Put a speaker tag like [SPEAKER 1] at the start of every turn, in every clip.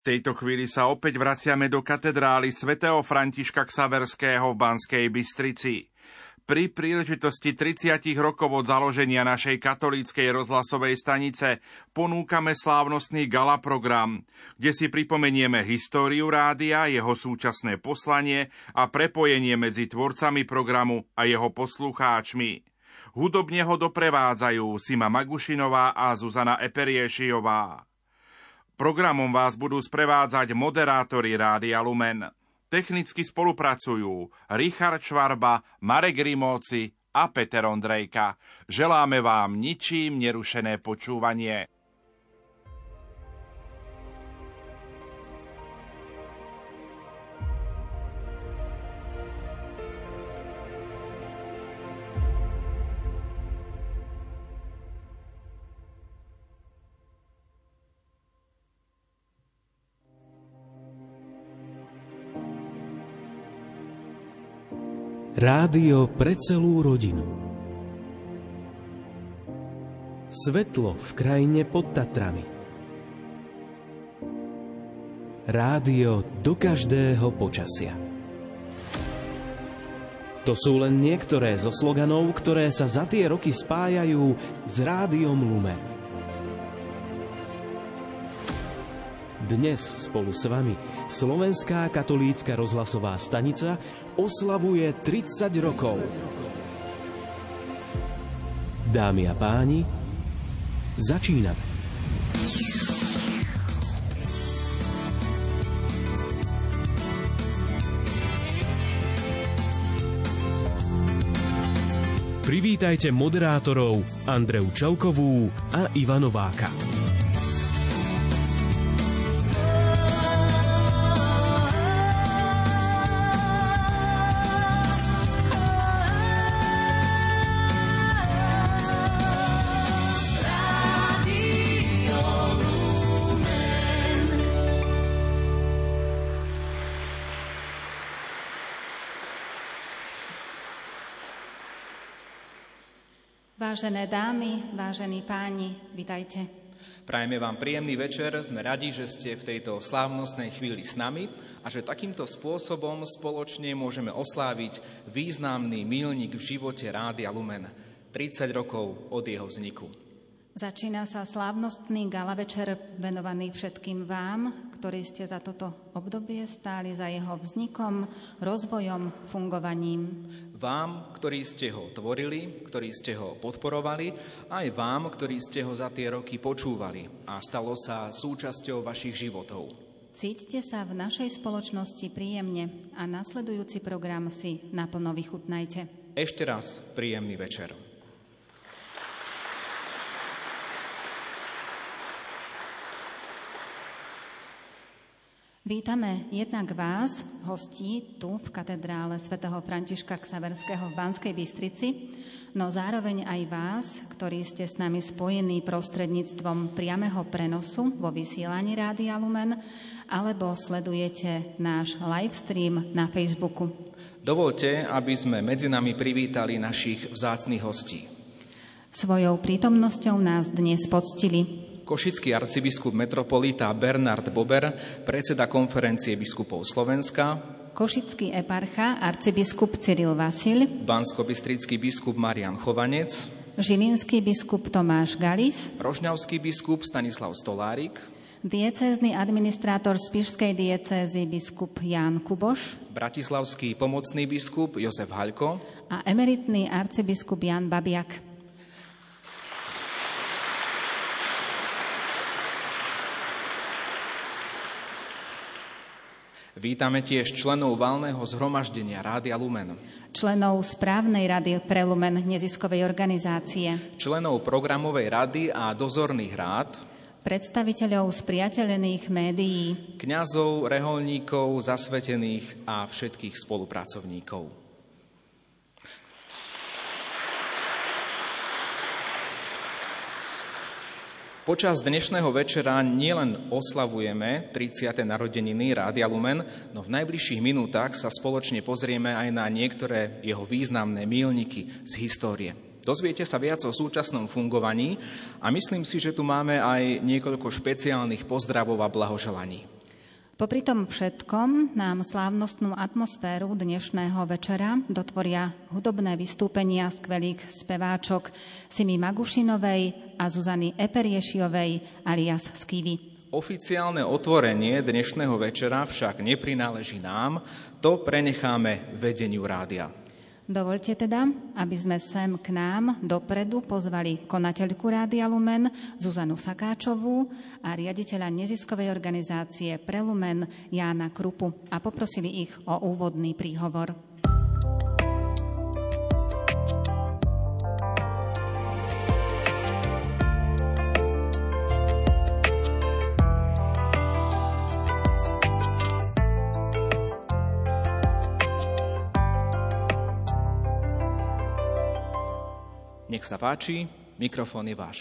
[SPEAKER 1] V tejto chvíli sa opäť vraciame do katedrály svätého Františka Xaverského v Banskej Bystrici. Pri príležitosti 30 rokov od založenia našej katolíckej rozhlasovej stanice ponúkame slávnostný gala program, kde si pripomenieme históriu rádia, jeho súčasné poslanie a prepojenie medzi tvorcami programu a jeho poslucháčmi. Hudobne ho doprevádzajú Sima Magušinová a Zuzana Eperiešiová. Programom vás budú sprevádzať moderátori Rádia Lumen. Technicky spolupracujú Richard Švarba, Marek Rimóci a Peter Ondrejka. Želáme vám ničím nerušené počúvanie.
[SPEAKER 2] Rádio pre celú rodinu. Svetlo v krajine pod Tatrami. Rádio do každého počasia. To sú len niektoré zo sloganov, ktoré sa za tie roky spájajú s Rádiom Lumen. Dnes spolu s vami Slovenská katolícka rozhlasová stanica oslavuje 30 rokov. Dámy a páni, začíname. Privítajte moderátorov Andreu Čelkovú a Ivana Nováka.
[SPEAKER 3] Vážené dámy, vážení páni, vitajte.
[SPEAKER 4] Prajeme vám príjemný večer, sme radi, že ste v tejto slávnostnej chvíli s nami a že takýmto spôsobom spoločne môžeme osláviť významný míľnik v živote Rádia Lumen, 30 rokov od jeho vzniku.
[SPEAKER 3] Začína sa slávnostný gala večer venovaný všetkým vám, ktorí ste za toto obdobie stáli za jeho vznikom, rozvojom, fungovaním.
[SPEAKER 4] Vám, ktorí ste ho tvorili, ktorí ste ho podporovali, aj vám, ktorí ste ho za tie roky počúvali a stalo sa súčasťou vašich životov.
[SPEAKER 3] Cítite sa v našej spoločnosti príjemne a nasledujúci program si naplno vychutnajte.
[SPEAKER 4] Ešte raz príjemný večer.
[SPEAKER 3] Vítame jednak vás, hostí, tu v katedrále svätého Františka Xaverského v Banskej Bystrici, no zároveň aj vás, ktorí ste s nami spojení prostredníctvom priameho prenosu vo vysielaní Rádia Lumen, alebo sledujete náš livestream na Facebooku.
[SPEAKER 4] Dovoľte, aby sme medzi nami privítali našich vzácnych hostí.
[SPEAKER 3] Svojou prítomnosťou nás dnes poctili
[SPEAKER 4] košický arcibiskup metropolita Bernard Bober, predseda konferencie biskupov Slovenska,
[SPEAKER 3] košický eparcha arcibiskup Cyril Vasil,
[SPEAKER 4] banskobystrický biskup Marián Chovanec,
[SPEAKER 3] žilinský biskup Tomáš Galis,
[SPEAKER 4] rožňavský biskup Stanislav Stolárik,
[SPEAKER 3] diecézny administrátor spišskej diecézy biskup Ján Kuboš,
[SPEAKER 4] bratislavský pomocný biskup Jozef Haľko
[SPEAKER 3] a emeritný arcibiskup Ján Babiak.
[SPEAKER 4] Vítame tiež členov valného zhromaždenia Rádia Lumen,
[SPEAKER 3] členov správnej rady pre Lumen neziskovej organizácie,
[SPEAKER 4] členov programovej rady a dozorných rád,
[SPEAKER 3] predstaviteľov spriateľených médií,
[SPEAKER 4] kňazov, reholníkov, zasvetených a všetkých spolupracovníkov. Počas dnešného večera nielen oslavujeme 30. narodeniny Rádia Lumen, no v najbližších minútach sa spoločne pozrieme aj na niektoré jeho významné míľniky z histórie. Dozviete sa viac o súčasnom fungovaní a myslím si, že tu máme aj niekoľko špeciálnych pozdravov a blahoželaní.
[SPEAKER 3] Popri tom všetkom nám slávnostnú atmosféru dnešného večera dotvoria hudobné vystúpenia skvelých speváčok Simi Magušinovej a Zuzany Eperiešiovej alias Skivy.
[SPEAKER 4] Oficiálne otvorenie dnešného večera však neprináleží nám, to prenecháme vedeniu rádia.
[SPEAKER 3] Dovoľte teda, aby sme sem k nám dopredu pozvali konateľku Rádia Lumen Zuzanu Sakáčovú a riaditeľa neziskovej organizácie Pre Lumen Jána Krupu a poprosili ich o úvodný príhovor.
[SPEAKER 4] Nech sa páči, mikrofón je váš.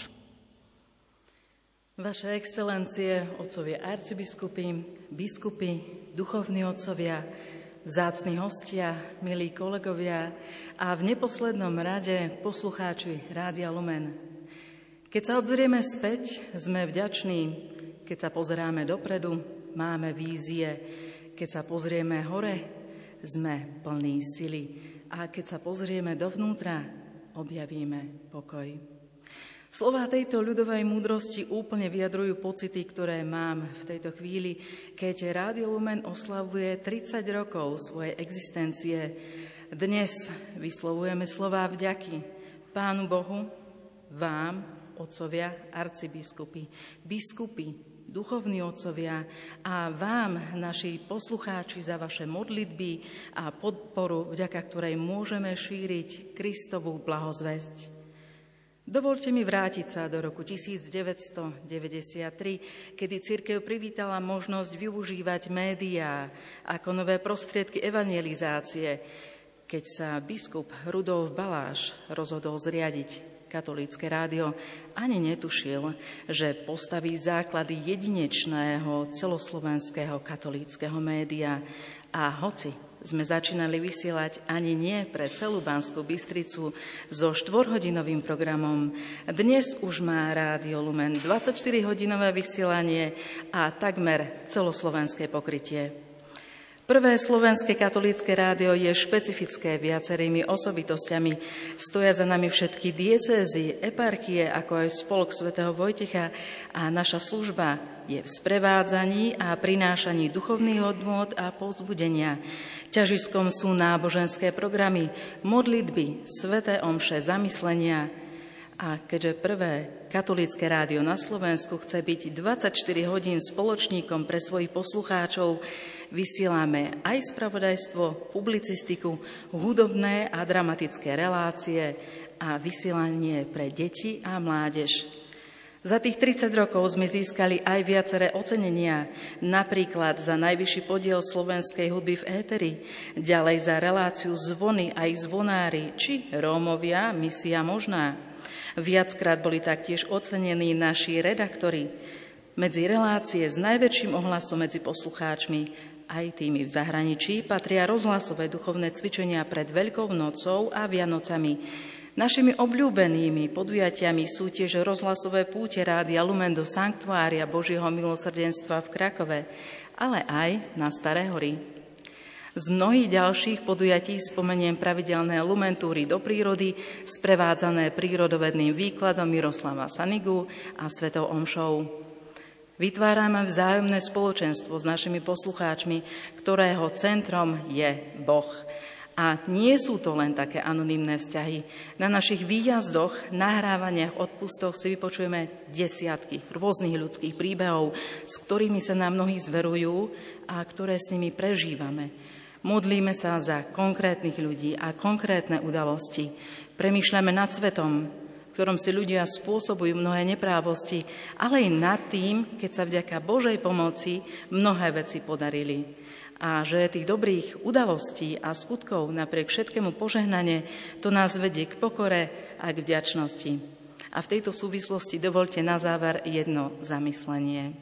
[SPEAKER 5] Vaše excelencie, otcovia arcibiskupy, biskupy, duchovní otcovia, vzácni hostia, milí kolegovia a v neposlednom rade poslucháči Rádia Lumen. Keď sa obzrieme späť, sme vďační. Keď sa pozeráme dopredu, máme vízie. Keď sa pozrieme hore, sme plní sily. A keď sa pozrieme dovnútra, objavíme pokoj. Slová tejto ľudovej múdrosti úplne vyjadrujú pocity, ktoré mám v tejto chvíli, keď Rádio Lumen oslavuje 30 rokov svojej existencie. Dnes vyslovujeme slová vďaky Pánu Bohu, vám, otcovia, arcibiskupy, biskupy, duchovní otcovia a vám, naši poslucháči, za vaše modlitby a podporu, vďaka ktorej môžeme šíriť Kristovú blahozvesť. Dovoľte mi vrátiť sa do roku 1993, kedy cirkev privítala možnosť využívať médiá ako nové prostriedky evangelizácie, keď sa biskup Rudolf Baláš rozhodol zriadiť katolícke rádio, ani netušil, že postaví základy jedinečného celoslovenského katolíckeho média. A hoci sme začínali vysielať ani nie pre celú Banskú Bystricu so 4-hodinovým programom, dnes už má Rádio Lumen 24-hodinové vysielanie a takmer celoslovenské pokrytie. Prvé slovenské katolícke rádio je špecifické viacerými osobitosťami. Stoja za nami všetky diecézy, eparchie, ako aj spolok svätého Vojtecha a naša služba je v sprevádzaní a prinášaní duchovných hodnôt a povzbudenia. Ťažiskom sú náboženské programy, modlitby, sväté omše, zamyslenia. A keďže prvé katolícke rádio na Slovensku chce byť 24 hodín spoločníkom pre svojich poslucháčov, vysielame aj spravodajstvo, publicistiku, hudobné a dramatické relácie a vysielanie pre deti a mládež. Za tých 30 rokov sme získali aj viaceré ocenenia, napríklad za najvyšší podiel slovenskej hudby v éteri, ďalej za reláciu Zvony a ich zvonári, či Rómovia, misia možná. Viackrát boli taktiež ocenení naši redaktori. Medzi relácie s najväčším ohlasom medzi poslucháčmi, aj tými v zahraničí, patria rozhlasové duchovné cvičenia pred Veľkou nocou a Vianocami. Našimi obľúbenými podujatiami sú tiež rozhlasové púte Rádia Lumen do Sanktuária Božieho milosrdenstva v Krakove, ale aj na Staré hory. Z mnohých ďalších podujatí spomeniem pravidelné lumentúry do prírody, sprevádzané prírodovedným výkladom Miroslava Sanigu a svetou omšou. Vytvárame vzájomné spoločenstvo s našimi poslucháčmi, ktorého centrom je Boh. A nie sú to len také anonymné vzťahy. Na našich výjazdoch, nahrávaniach, odpustoch si vypočujeme desiatky rôznych ľudských príbehov, s ktorými sa nám mnohí zverujú a ktoré s nimi prežívame. Modlíme sa za konkrétnych ľudí a konkrétne udalosti. Premýšľame nad svetom, v ktorom si ľudia spôsobujú mnohé neprávosti, ale aj nad tým, keď sa vďaka Božej pomoci mnohé veci podarili. A že tých dobrých udalostí a skutkov napriek všetkému požehnanie, to nás vedie k pokore a k vďačnosti. A v tejto súvislosti dovoľte na záver jedno zamyslenie.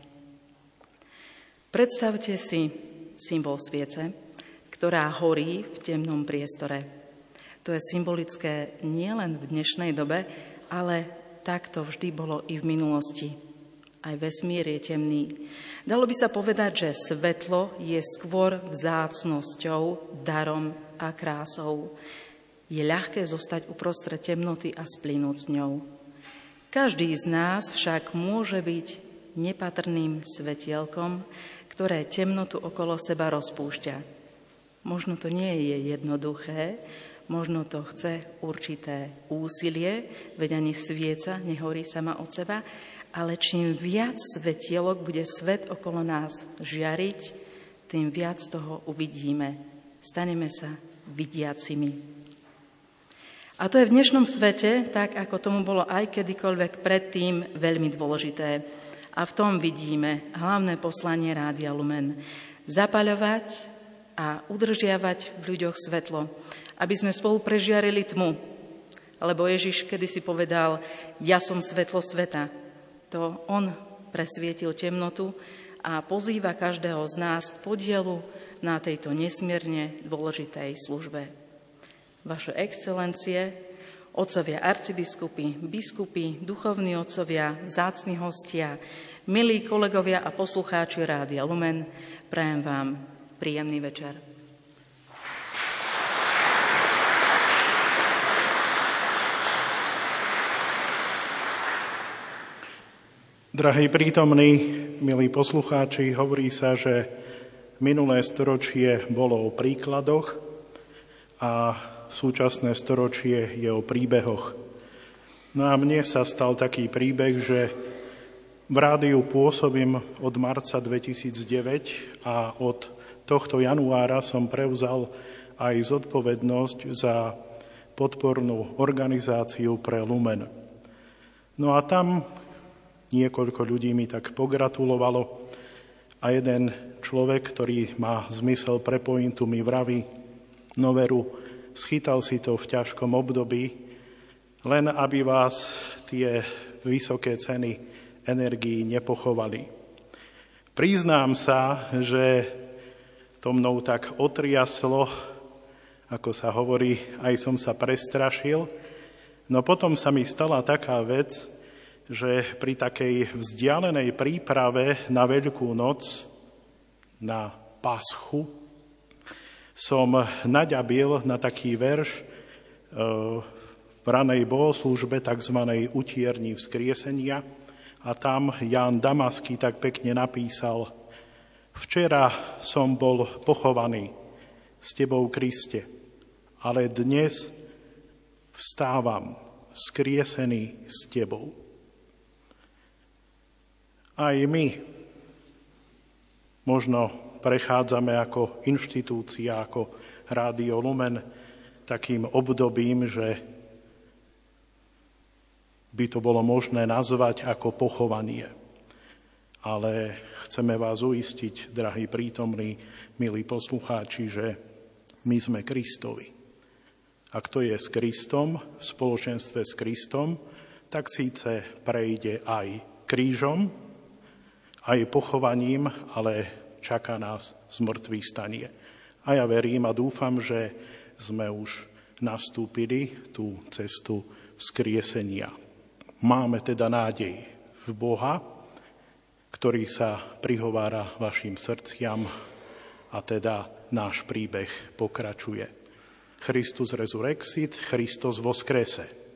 [SPEAKER 5] Predstavte si symbol sviece, ktorá horí v temnom priestore. To je symbolické nielen v dnešnej dobe, ale tak to vždy bolo i v minulosti. Aj vesmír je temný. Dalo by sa povedať, že svetlo je skôr vzácnosťou, darom a krásou. Je ľahké zostať uprostred temnoty a splynúť s ňou. Každý z nás však môže byť nepatrným svetielkom, ktoré temnotu okolo seba rozpúšťa. Možno to nie je jednoduché, možno to chce určité úsilie, veď ani svieca nehorí sama od seba, ale čím viac svetielok bude svet okolo nás žiariť, tým viac toho uvidíme. Staneme sa vidiacimi. A to je v dnešnom svete, tak ako tomu bolo aj kedykoľvek predtým, veľmi dôležité. A v tom vidíme hlavné poslanie Rádia Lumen. Zapaľovať a udržiavať v ľuďoch svetlo, aby sme spolu prežiarili tmu. Lebo Ježiš kedysi povedal, ja som svetlo sveta. To on presvietil temnotu a pozýva každého z nás k podielu na tejto nesmierne dôležitej službe. Vaše excelencie, otcovia arcibiskupy, biskupy, duchovní otcovia, vzácni hostia, milí kolegovia a poslucháči Rádia Lumen, prajem vám príjemný večer.
[SPEAKER 6] Drahí prítomní, milí poslucháči, hovorí sa, že minulé storočie bolo o príkladoch a súčasné storočie je o príbehoch. No a mne sa stal taký príbeh, že v rádiu pôsobím od marca 2009 a od tohto januára som prevzal aj zodpovednosť za podpornú organizáciu pre Lumen. No a tam niekoľko ľudí mi tak pogratulovalo a jeden človek, ktorý má zmysel pre pointu, mi vraví, no veru, schytal si to v ťažkom období, len aby vás tie vysoké ceny energií nepochovali. Priznám sa, že to mnou tak otriaslo, ako sa hovorí, aj som sa prestrašil, no potom sa mi stala taká vec, že pri takej vzdialenej príprave na Veľkú noc, na Paschu, som naďabil na taký verš v ranej bohoslúžbe, tzv. Utierni vzkriesenia, a tam Ján Damaský tak pekne napísal: Včera som bol pochovaný s tebou, Kriste, ale dnes vstávam vzkriesený s tebou. Aj my možno prechádzame ako inštitúcia, ako Rádio Lumen, takým obdobím, že by to bolo možné nazvať ako pochovanie. Ale chceme vás uistiť, drahí prítomní, milí poslucháči, že my sme Kristovi. A kto je s Kristom, v spoločenstve s Kristom, tak síce prejde aj krížom, aj pochovaním, ale čaká nás zmrtvých stanie. A ja verím a dúfam, že sme už nastúpili tú cestu vzkriesenia. Máme teda nádej v Boha, ktorý sa prihovára vašim srdciam, a teda náš príbeh pokračuje. Christus resurrexit, Christos voskrese.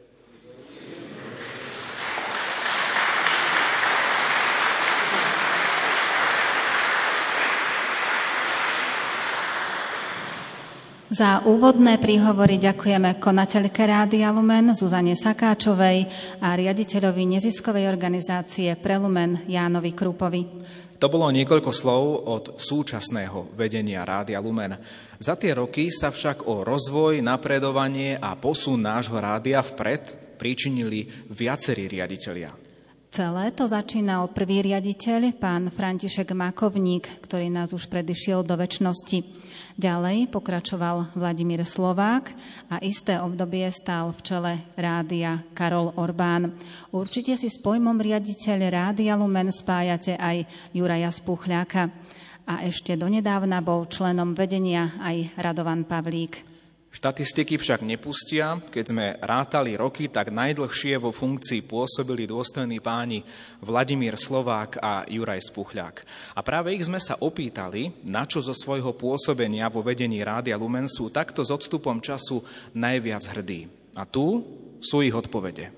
[SPEAKER 3] Za úvodné príhovory ďakujeme konateľke Rádia Lumen Zuzane Sakáčovej a riaditeľovi neziskovej organizácie Pre Lumen Jánovi Krupovi.
[SPEAKER 4] To bolo niekoľko slov od súčasného vedenia Rádia Lumen. Za tie roky sa však o rozvoj, napredovanie a posun nášho rádia vpred pričinili viacerí riaditelia.
[SPEAKER 3] Celé to začínal prvý riaditeľ, pán František Makovník, ktorý nás už predišiel do večnosti. Ďalej pokračoval Vladimír Slovák a isté obdobie stál v čele rádia Karol Orbán. Určite si s pojmom riaditeľ Rádia Lumen spájate aj Juraja Spuchľáka. A ešte donedávna bol členom vedenia aj Radovan Pavlík.
[SPEAKER 4] Štatistiky však nepustia, keď sme rátali roky, tak najdlhšie vo funkcii pôsobili dôstojní páni Vladimír Slovák a Juraj Spuchľák. A práve ich sme sa opýtali, na čo zo svojho pôsobenia vo vedení Rádia Lumen sú takto s odstupom času najviac hrdí. A tu sú ich odpovede.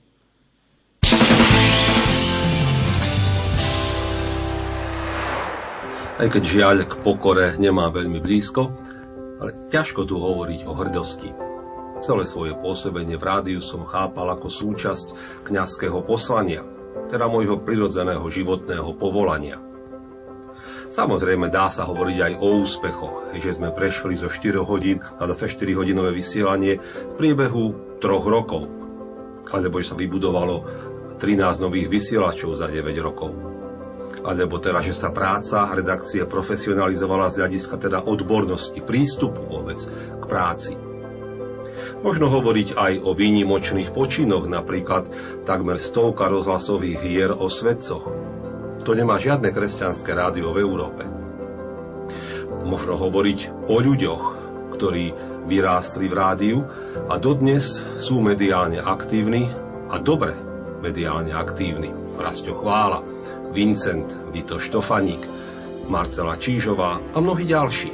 [SPEAKER 7] Aj keď žiaľ k pokore nemá veľmi blízko, ale ťažko tu hovoriť o hrdosti. Celé svoje pôsobenie v rádiu som chápal ako súčasť kňazského poslania, teda môjho prirodzeného životného povolania. Samozrejme dá sa hovoriť aj o úspechoch, že sme prešli zo 4 hodín na 24-hodinové vysielanie v priebehu 3 rokov, alebo že sa vybudovalo 13 nových vysielačov za 9 rokov. Alebo teda, že sa práca redakcie profesionalizovala z hľadiska teda odbornosti, prístupu vôbec k práci. Možno hovoriť aj o výnimočných počinoch, napríklad takmer 100 rozhlasových hier o svetcoch. To nemá žiadne kresťanské rádio v Európe. Možno hovoriť o ľuďoch, ktorí vyrástli v rádiu a dodnes sú mediálne aktívni a dobre mediálne aktívni. Rasťo Chvála, Vincent, Vito Štofaník, Marcela Čížová a mnohí ďalší.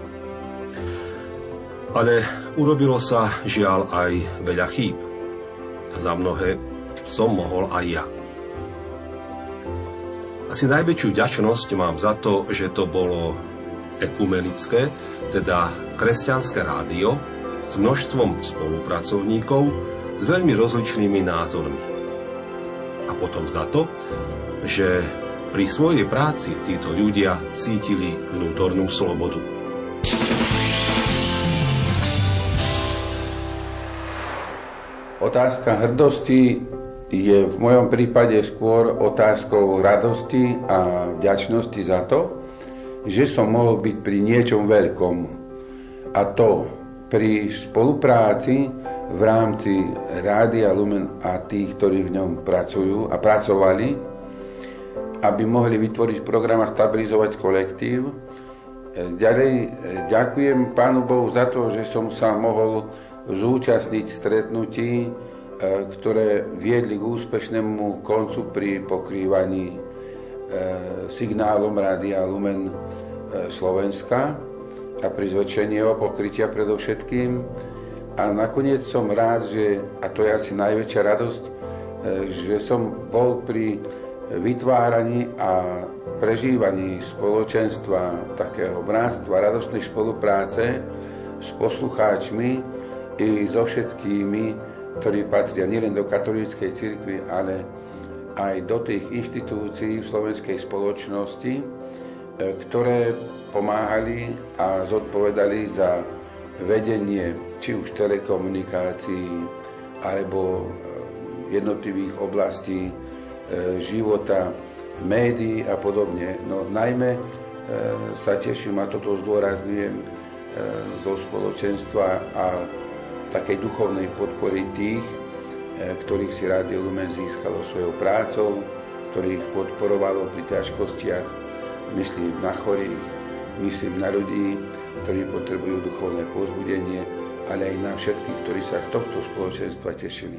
[SPEAKER 7] Ale urobilo sa žiaľ aj veľa chýb. A za mnohé som mohol aj ja. Asi najväčšiu vďačnosť mám za to, že to bolo ekumenické, teda kresťanské rádio s množstvom spolupracovníkov s veľmi rozličnými názormi. A potom za to, že pri svojej práci títo ľudia cítili vnútornú slobodu.
[SPEAKER 8] Otázka hrdosti je v mojom prípade skôr otázkou radosti a vďačnosti za to, že som mohol byť pri niečom veľkom. A to pri spolupráci v rámci Rádia Lumen a tých, ktorí v ňom pracujú a pracovali, aby mohli vytvoriť program a stabilizovať kolektív. Ďalej ďakujem Pánu Bohu za to, že som sa mohol zúčastniť stretnutí, ktoré viedli k úspešnému koncu pri pokrývaní signálom Rádia Lumen Slovenska a pri zväčšení jeho pokrytia predovšetkým. A nakoniec som rád, a to je asi najväčšia radosť, že som bol pri vytváraní a prežívaní spoločenstva, takého bratstva, radostnej spolupráce s poslucháčmi i so všetkými, ktorí patria nielen do katolíckej cirkvi, ale aj do tých inštitúcií v slovenskej spoločnosti, ktoré pomáhali a zodpovedali za vedenie či už telekomunikácií alebo jednotlivých oblastí života, médií a podobne. No najmä sa teším, a toto zdôrazňujem, zo spoločenstva a takej duchovnej podpory tých, ktorých si Rádio Lumen získalo svojou prácou, ktorých podporovalo pri ťažkostiach, myslím na chorých, myslím na ľudí, ktorí potrebujú duchovné povzbudenie, ale aj na všetkých, ktorí sa z tohto spoločenstva tešili.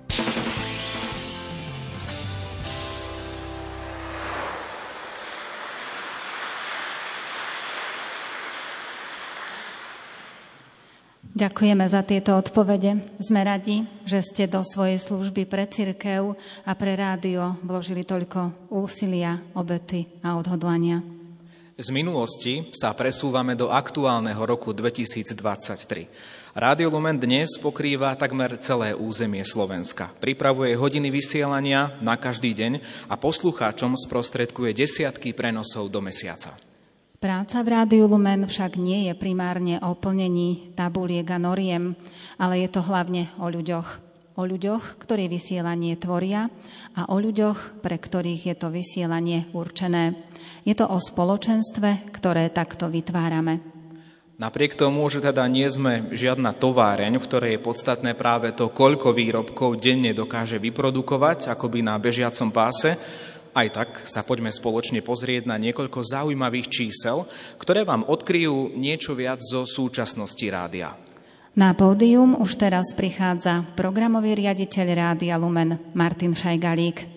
[SPEAKER 3] Ďakujeme za tieto odpovede. Sme radi, že ste do svojej služby pre cirkev a pre rádio vložili toľko úsilia, obety a odhodlania.
[SPEAKER 4] Z minulosti sa presúvame do aktuálneho roku 2023. Rádio Lumen dnes pokrýva takmer celé územie Slovenska. Pripravuje hodiny vysielania na každý deň a poslucháčom sprostredkuje desiatky prenosov do mesiaca.
[SPEAKER 3] Práca v Rádiu Lumen však nie je primárne o plnení tabuliek a noriem, ale je to hlavne o ľuďoch. O ľuďoch, ktorí vysielanie tvoria a o ľuďoch, pre ktorých je to vysielanie určené. Je to o spoločenstve, ktoré takto vytvárame.
[SPEAKER 4] Napriek tomu, že teda nie sme žiadna továreň, v ktorej je podstatné práve to, koľko výrobkov denne dokáže vyprodukovať, akoby na bežiacom páse, aj tak sa poďme spoločne pozrieť na niekoľko zaujímavých čísel, ktoré vám odkryjú niečo viac zo súčasnosti rádia.
[SPEAKER 3] Na pódium už teraz prichádza programový riaditeľ Rádia Lumen Martin Šajgalík.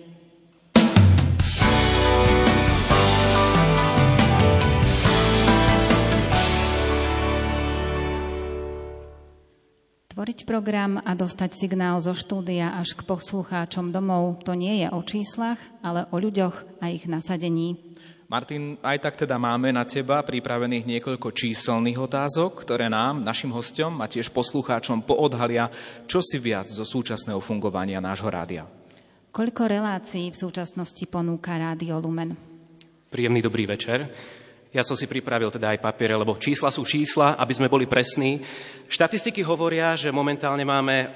[SPEAKER 3] Tvoriť program a dostať signál zo štúdia až k poslucháčom domov, to nie je o číslach, ale o ľuďoch a ich nasadení.
[SPEAKER 4] Martin, aj tak teda máme na teba pripravených niekoľko číselných otázok, ktoré nám, našim hosťom a tiež poslucháčom poodhalia čosi viac zo súčasného fungovania nášho rádia.
[SPEAKER 3] Koľko relácií v súčasnosti ponúka Rádio Lumen?
[SPEAKER 9] Príjemný dobrý večer. Ja som si pripravil teda aj papiere, lebo čísla sú čísla, aby sme boli presní. Štatistiky hovoria, že momentálne máme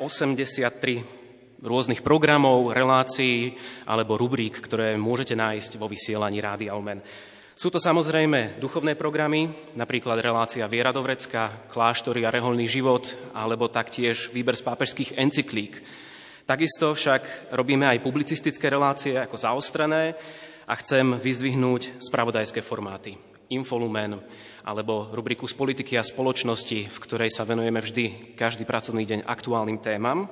[SPEAKER 9] 83 rôznych programov, relácií alebo rubrík, ktoré môžete nájsť vo vysielaní Rádia Lumen. Sú to samozrejme duchovné programy, napríklad relácia Viera do vrecka, Kláštory a rehoľný život, alebo taktiež výber z pápežských encyklík. Takisto však robíme aj publicistické relácie ako Zaostrené a chcem vyzdvihnúť spravodajské formáty. Infolumen, alebo rubriku z politiky a spoločnosti, v ktorej sa venujeme vždy, každý pracovný deň aktuálnym témam.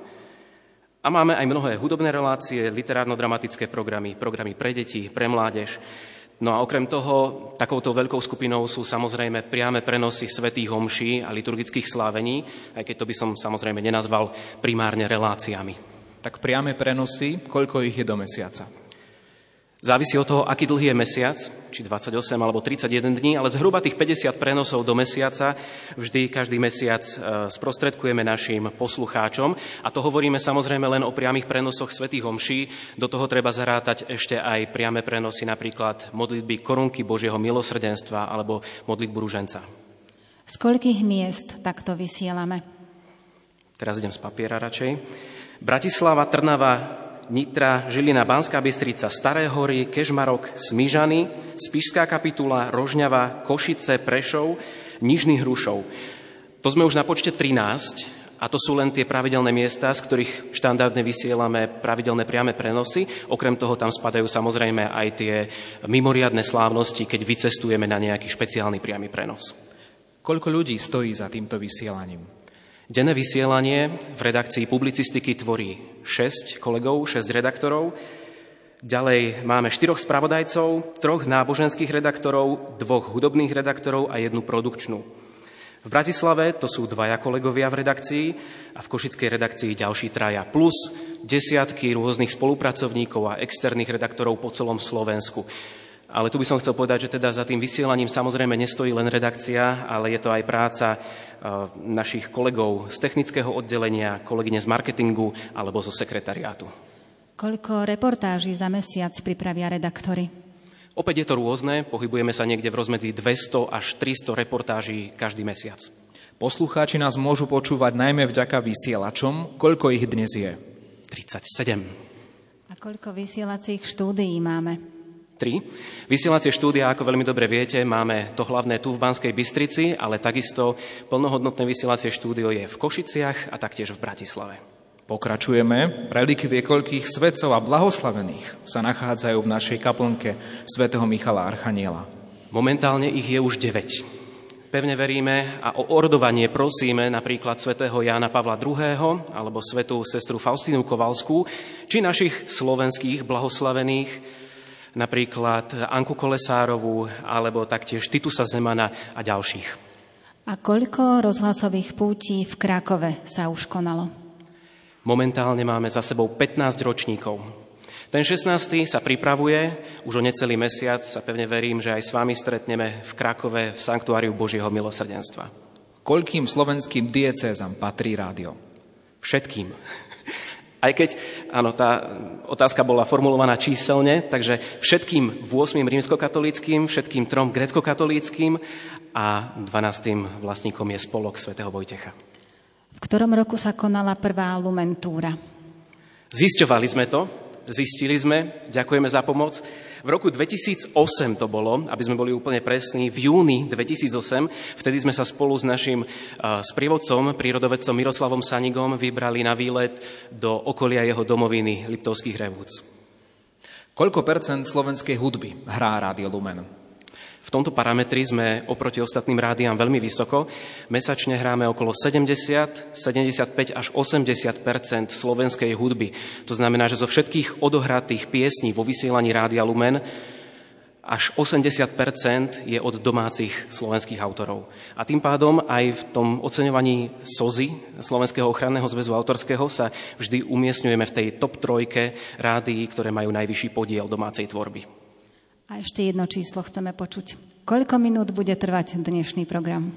[SPEAKER 9] A máme aj mnohé hudobné relácie, literárno-dramatické programy, programy pre deti, pre mládež. No a okrem toho, takouto veľkou skupinou sú samozrejme priame prenosy svätých homší a liturgických slávení, aj keď to by som samozrejme nenazval primárne reláciami.
[SPEAKER 4] Tak priame prenosy, koľko ich je do mesiaca?
[SPEAKER 9] Závisí od toho, aký dlhý je mesiac, či 28 alebo 31 dní, ale zhruba tých 50 prenosov do mesiaca vždy každý mesiac sprostredkujeme našim poslucháčom. A to hovoríme samozrejme len o priamých prenosoch svätých homší. Do toho treba zarátať ešte aj priame prenosy, napríklad modlitby Korunky Božieho milosrdenstva alebo modlitbu Ruženca.
[SPEAKER 3] Z koľkých miest takto vysielame?
[SPEAKER 9] Teraz idem z papiera radšej. Bratislava, Trnava, Nitra, Žilina, Banská Bystrica, Staré Hory, Kežmarok, Smižany, Spišská Kapitula, Rožňava, Košice, Prešov, Nižný Hrušov. To sme už na počte 13 a to sú len tie pravidelné miesta, z ktorých štandardne vysielame pravidelné priame prenosy. Okrem toho tam spadajú samozrejme aj tie mimoriadne slávnosti, keď vycestujeme na nejaký špeciálny priamy prenos.
[SPEAKER 4] Koľko ľudí stojí za týmto vysielaním?
[SPEAKER 9] Denné vysielanie v redakcii publicistiky tvorí 6 kolegov, 6 redaktorov. Ďalej máme 4 spravodajcov, 3 náboženských redaktorov, 2 hudobných redaktorov a 1 produkčnú. V Bratislave to sú 2 kolegovia v redakcii a v košickej redakcii ďalší 3, plus desiatky rôznych spolupracovníkov a externých redaktorov po celom Slovensku. Ale tu by som chcel povedať, že teda za tým vysielaním samozrejme nestojí len redakcia, ale je to aj práca našich kolegov z technického oddelenia, kolegyne z marketingu alebo zo sekretariátu.
[SPEAKER 3] Koľko reportáží za mesiac pripravia redaktori?
[SPEAKER 9] Opäť je to rôzne, pohybujeme sa niekde v rozmedzi 200 až 300 reportáží každý mesiac.
[SPEAKER 4] Poslucháči nás môžu počúvať najmä vďaka vysielačom. Koľko ich dnes je?
[SPEAKER 9] 37.
[SPEAKER 3] A koľko vysielacích štúdií máme?
[SPEAKER 9] 3. Vysielacie štúdia, ako veľmi dobre viete, máme to hlavné tu v Banskej Bystrici, ale takisto plnohodnotné vysielacie štúdio je v Košiciach a taktiež v Bratislave.
[SPEAKER 4] Pokračujeme. Relikvie koľkých svätcov a blahoslavených sa nachádzajú v našej kaplnke svätého Michala Archaniela?
[SPEAKER 9] Momentálne ich je už 9. Pevne veríme a o ordovanie prosíme napríklad svätého Jána Pavla II. Alebo svätú sestru Faustínu Kovalskú, či našich slovenských blahoslavených, napríklad Anku Kolesárovú, alebo taktiež Titusa Zemana a ďalších.
[SPEAKER 3] A koľko rozhlasových pútí v Krakove sa už konalo?
[SPEAKER 9] Momentálne máme za sebou 15 ročníkov. Ten 16. sa pripravuje, už o necelý mesiac sa pevne verím, že aj s vami stretneme v Krakove v Sanktuáriu Božieho milosrdenstva.
[SPEAKER 4] Koľkým slovenským diecézam patrí rádio?
[SPEAKER 9] Všetkým. Aj keď, áno, tá otázka bola formulovaná číselne, takže všetkým 8 rímskokatolíckym, všetkým 3 gréckokatolíckym a 12. vlastníkom je spolok svätého Vojtecha.
[SPEAKER 3] V ktorom roku sa konala prvá Lumentúra?
[SPEAKER 9] Zisťovali sme to, zistili sme, ďakujeme za pomoc. V roku 2008 to bolo, aby sme boli úplne presní, v júni 2008, vtedy sme sa spolu s našim sprievodcom, prírodovedcom Miroslavom Sanigom vybrali na výlet do okolia jeho domoviny Liptovských Revúc.
[SPEAKER 4] Koľko percent slovenskej hudby hrá Rádio Lumen?
[SPEAKER 9] V V tomto parametri sme oproti ostatným rádiám veľmi vysoko. Mesačne hráme okolo 70, 75 až 80% slovenskej hudby. To znamená, že zo všetkých odohratých piesní vo vysielaní Rádia Lumen až 80% je od domácich slovenských autorov. A tým pádom aj v tom oceňovaní SOZY, Slovenského ochranného zväzu autorského, sa vždy umiestňujeme v tej top 3 rádií, ktoré majú najvyšší podiel domácej tvorby.
[SPEAKER 3] A ešte jedno číslo chceme počuť. Koľko minút bude trvať dnešný program?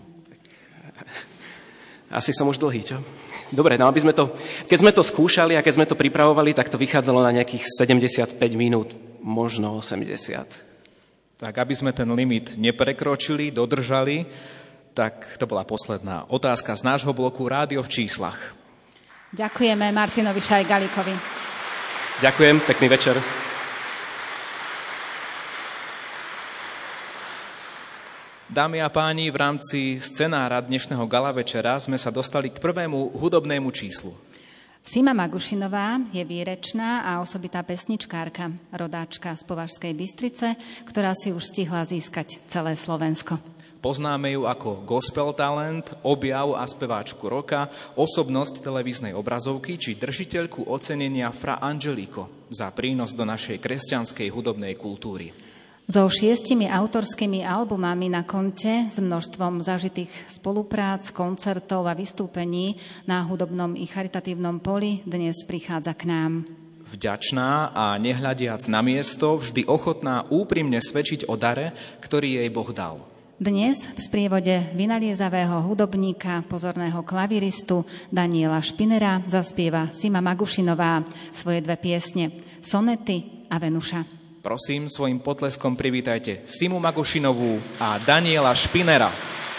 [SPEAKER 9] Asi som už dlhý, čo? Dobre, no aby sme to, keď sme to skúšali a keď sme to pripravovali, tak to vychádzalo na nejakých 75 minút, možno 80.
[SPEAKER 4] Tak aby sme ten limit neprekročili, dodržali, tak to bola posledná otázka z nášho bloku Rádio v číslach.
[SPEAKER 3] Ďakujeme Martinovi Šajgalíkovi.
[SPEAKER 9] Ďakujem, pekný večer.
[SPEAKER 4] Dámy a páni, v rámci scenára dnešného gala večera sme sa dostali k prvému hudobnému číslu.
[SPEAKER 3] Sima Magušinová je výrečná a osobitá pesničkárka, rodáčka z Považskej Bystrice, ktorá si už stihla získať celé Slovensko.
[SPEAKER 4] Poznáme ju ako gospel talent, objav a speváčku roka, osobnosť televíznej obrazovky či držiteľku ocenenia Fra Angelico za prínos do našej kresťanskej hudobnej kultúry.
[SPEAKER 3] So 6 autorskými albumami na konte, s množstvom zažitých spoluprác, koncertov a vystúpení na hudobnom i charitatívnom poli dnes prichádza k nám.
[SPEAKER 4] Vďačná a nehľadiac na miesto, vždy ochotná úprimne svedčiť o dare, ktorý jej Boh dal.
[SPEAKER 3] Dnes v sprievode vynaliezavého hudobníka, pozorného klaviristu Daniela Špinera zaspieva Sima Magušinová svoje 2 piesne Sonety a Venuša.
[SPEAKER 4] Prosím, svojim potleskom privítajte Simu Magušinovú a Daniela Špinera.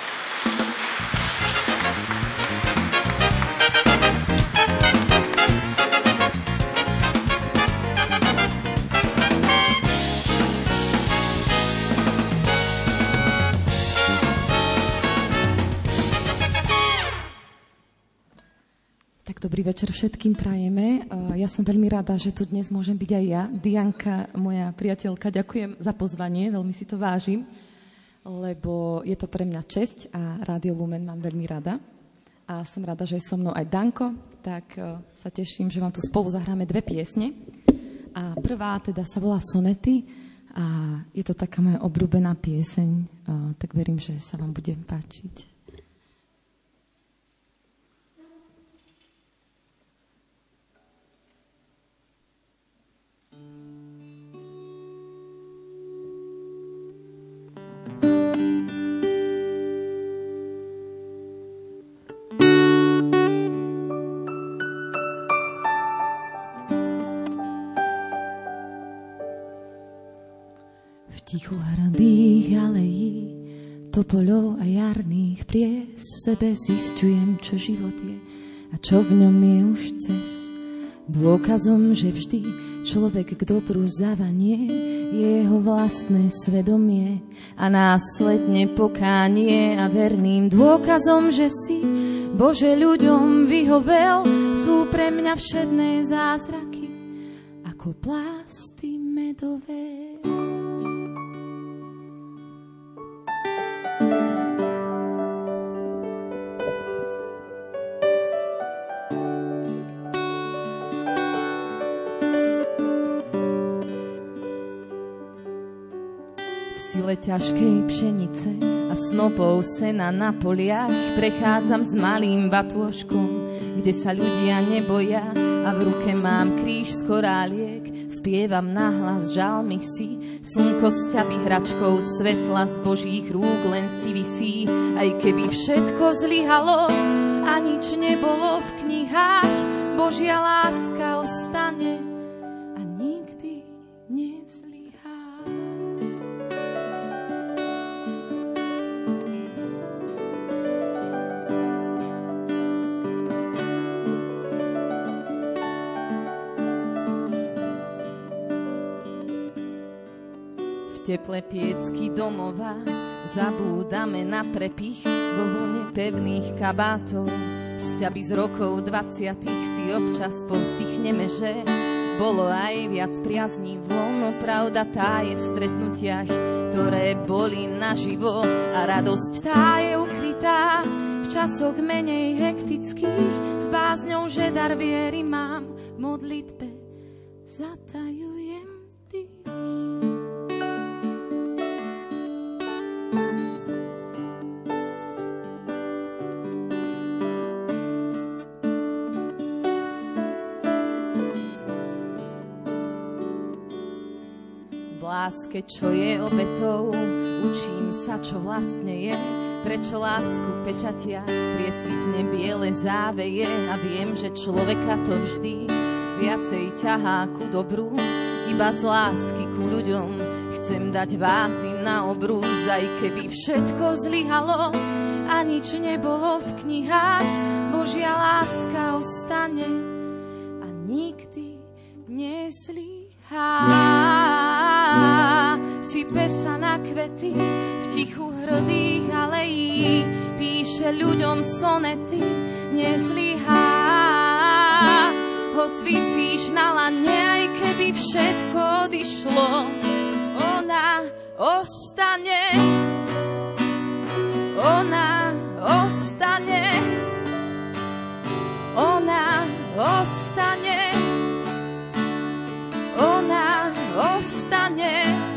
[SPEAKER 10] Dobrý večer všetkým prajeme. Ja som veľmi rada, že tu dnes môžem byť aj ja. Dianka, moja priateľka, ďakujem za pozvanie, veľmi si to vážim, lebo je to pre mňa česť a Rádio Lumen mám veľmi rada. A som rada, že je so mnou aj Danko, tak sa teším, že vám tu spolu zahráme 2 piesne. A prvá teda sa volá Sonety a je to taká moja obľúbená pieseň, tak verím, že sa vám bude páčiť. Tichu hradých alejí, topoľov a jarných pries, v sebe zisťujem, čo život je a čo v ňom je už cez. Dôkazom, že vždy človek k dobru zavanie, je jeho vlastné svedomie a následne pokánie a verným dôkazom, že si Bože ľuďom vyhovel, sú pre mňa všedné zázraky ako plásty medové. Ťažkej pšenice a snopov sena na poliach prechádzam s malým batôžkom, kde sa ľudia neboja a v ruke mám kríž z koráliek. Spievam nahlas žalmy si, slnko sťaby hračkou svetla z Božích rúk len si visí. Aj keby všetko zlyhalo a nič nebolo v knihách, Božia láska ostane a nikdy nezlyhá. Teple piecky domova zabúdame na prepich vo vlne pevných kabátov. Sťaby z rokov 20 si občas povzdychneme, že bolo aj viac priaznivo, no pravda tá je v stretnutiach ktoré boli naživo a radosť tá je ukrytá v časoch menej hektických, s bázňou, že dar viery mám, v modlitbe zatajujem dých. Láske, čo je obetou, učím sa, čo vlastne je, prečo lásku pečatia priesvitne biele záveje a viem, že človeka to vždy viacej ťahá ku dobru, iba z lásky ku ľuďom chcem dať vázy na obrúz, aj keby všetko zlyhalo a nič nebolo v knihách, Božia láska ostane a nikdy nezlyhá. Sype sa na kvety v tichu hrodých alejí, píše ľuďom sonety, nezlyhá. Hoc visíš na lane, aj keby všetko odišlo, ona ostane. Ona ostane. Ona ostane. Ona ostane.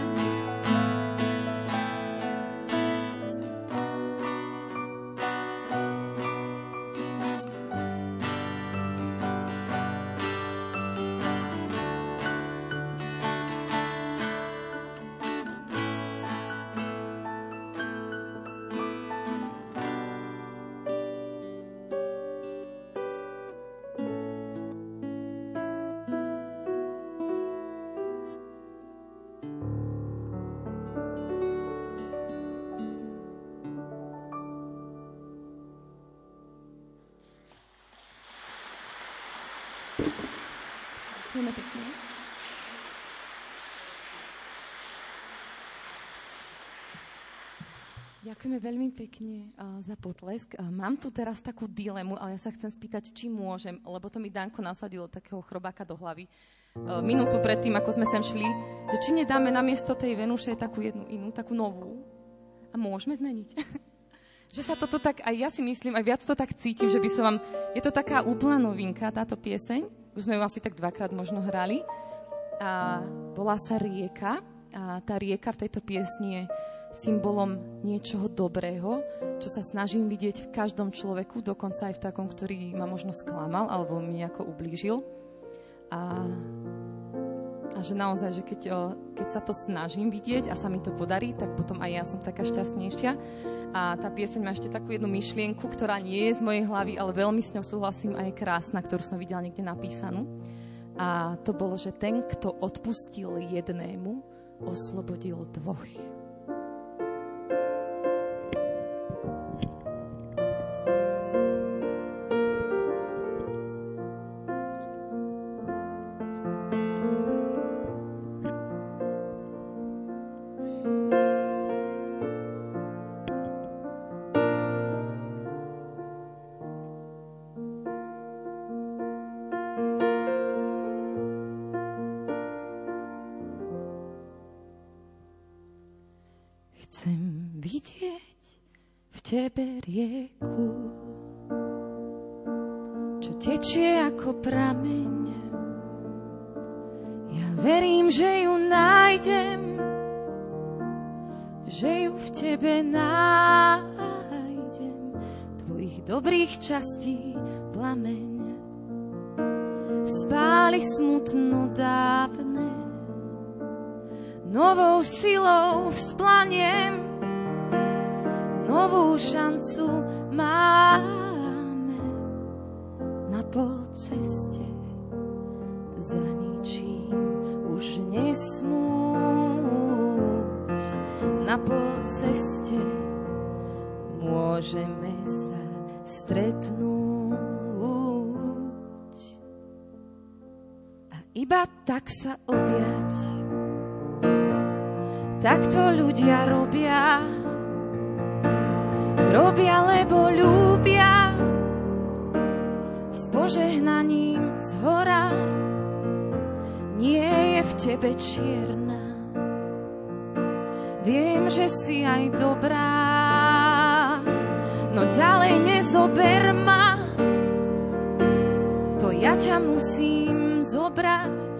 [SPEAKER 10] Ďakujeme pekne. Ďakujeme veľmi pekne za potlesk. Mám tu teraz takú dilemu, ale ja sa chcem spýtať, či môžem, lebo to mi Danko nasadilo takého chrobáka do hlavy. Minútu predtým, ako sme sem šli, že či nedáme namiesto tej Venuše takú jednu inú, takú novú. A môžeme zmeniť. Že sa toto tak, aj ja si myslím, aj viac to tak cítim, že by som vám... Je to taká úplná novinka, táto pieseň. Už sme ju asi tak 2-krát možno hrali. A volá sa Rieka. A tá rieka v tejto piesni je symbolom niečoho dobrého, čo sa snažím vidieť v každom človeku, dokonca aj v takom, ktorý ma možno sklamal alebo mi nejako ublížil. A že naozaj, že keď sa to snažím vidieť a sa mi to podarí, tak potom aj ja som taká šťastnejšia. A tá pieseň má ešte takú jednu myšlienku, ktorá nie je z mojej hlavy, ale veľmi s ňou súhlasím a je krásna, ktorú som videla niekde napísanú. A to bolo, že ten, kto odpustil jednému, oslobodil dvoch. Chcem vidieť v tebe rieku, čo tečie ako prameň. Ja verím, že ju nájdem, že ju v tebe nájdem. Tvojich dobrých častí plameň spáli smutno dávne. Novou silou vzplaniem, novú šancu máme na polceste. Za ničím už nesmúť, na polceste môžeme sa stretnúť a iba tak sa objať. Takto ľudia robia, lebo ľúbia, s požehnaním zhora. Nie je v tebe čierna, Viem, že si aj dobrá, no ďalej nezober ma. To ja ťa musím zobrať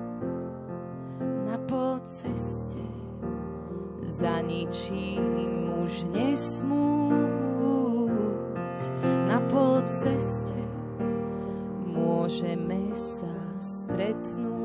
[SPEAKER 10] na polceste. Za ničím už nesmúť. Na polceste môžeme sa stretnúť.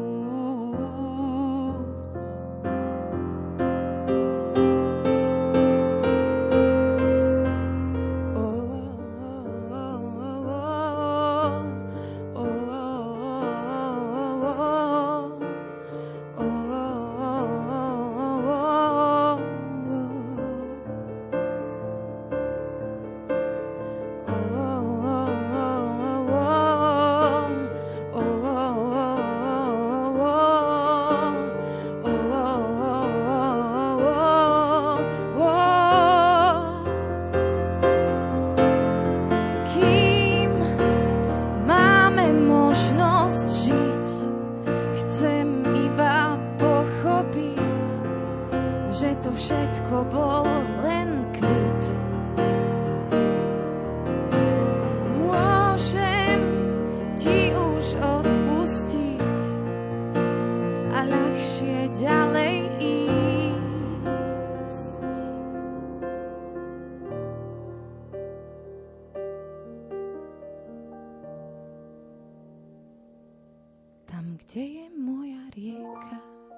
[SPEAKER 10] Kde je moja rieka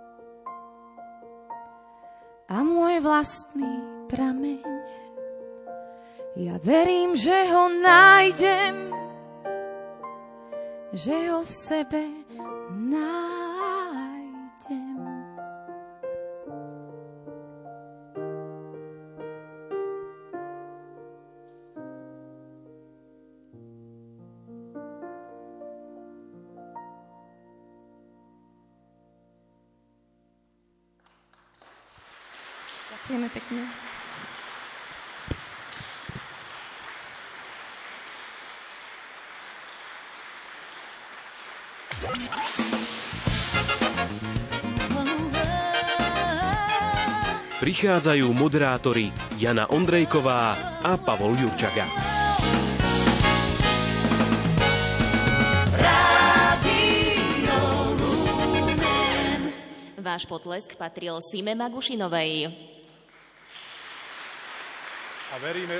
[SPEAKER 10] a môj vlastný prameň? Ja verím, že ho nájdem, že ho v sebe nájdem. Ďakujeme pekne.
[SPEAKER 2] Prichádzajú moderátori Jana Ondrejková a Pavol Jurčaga.
[SPEAKER 11] Váš potlesk patril Sime Magušinovej.
[SPEAKER 1] A veríme...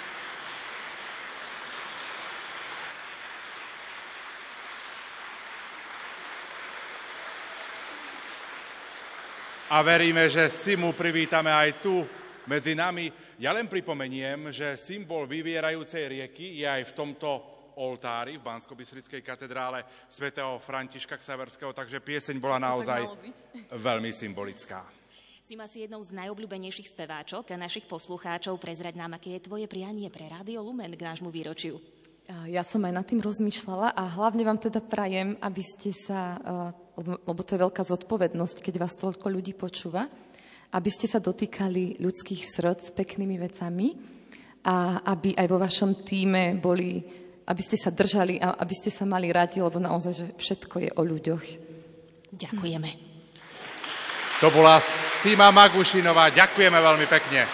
[SPEAKER 1] A veríme, že Simu privítame aj tu medzi nami. Ja len pripomeniem, že symbol vyvierajúcej rieky je aj v tomto oltári v Banskobystrickej katedrále svätého Františka Xaverského, takže pieseň bola naozaj veľmi symbolická.
[SPEAKER 11] Sima, si jednou z najobľúbenejších speváčok a našich poslucháčov. Prezraď nám, aké je tvoje prianie pre Rádio Lumen k nášmu výročiu.
[SPEAKER 10] Ja som aj nad tým rozmýšľala a hlavne vám teda prajem, aby ste sa, lebo to je veľká zodpovednosť, keď vás toľko ľudí počúva, aby ste sa dotýkali ľudských srdc peknými vecami a aby aj vo vašom tíme boli, aby ste sa držali a aby ste sa mali radi, lebo naozaj, že všetko je o ľuďoch.
[SPEAKER 11] Ďakujeme.
[SPEAKER 1] To bola Sima Magušinová. Ďakujeme veľmi pekne.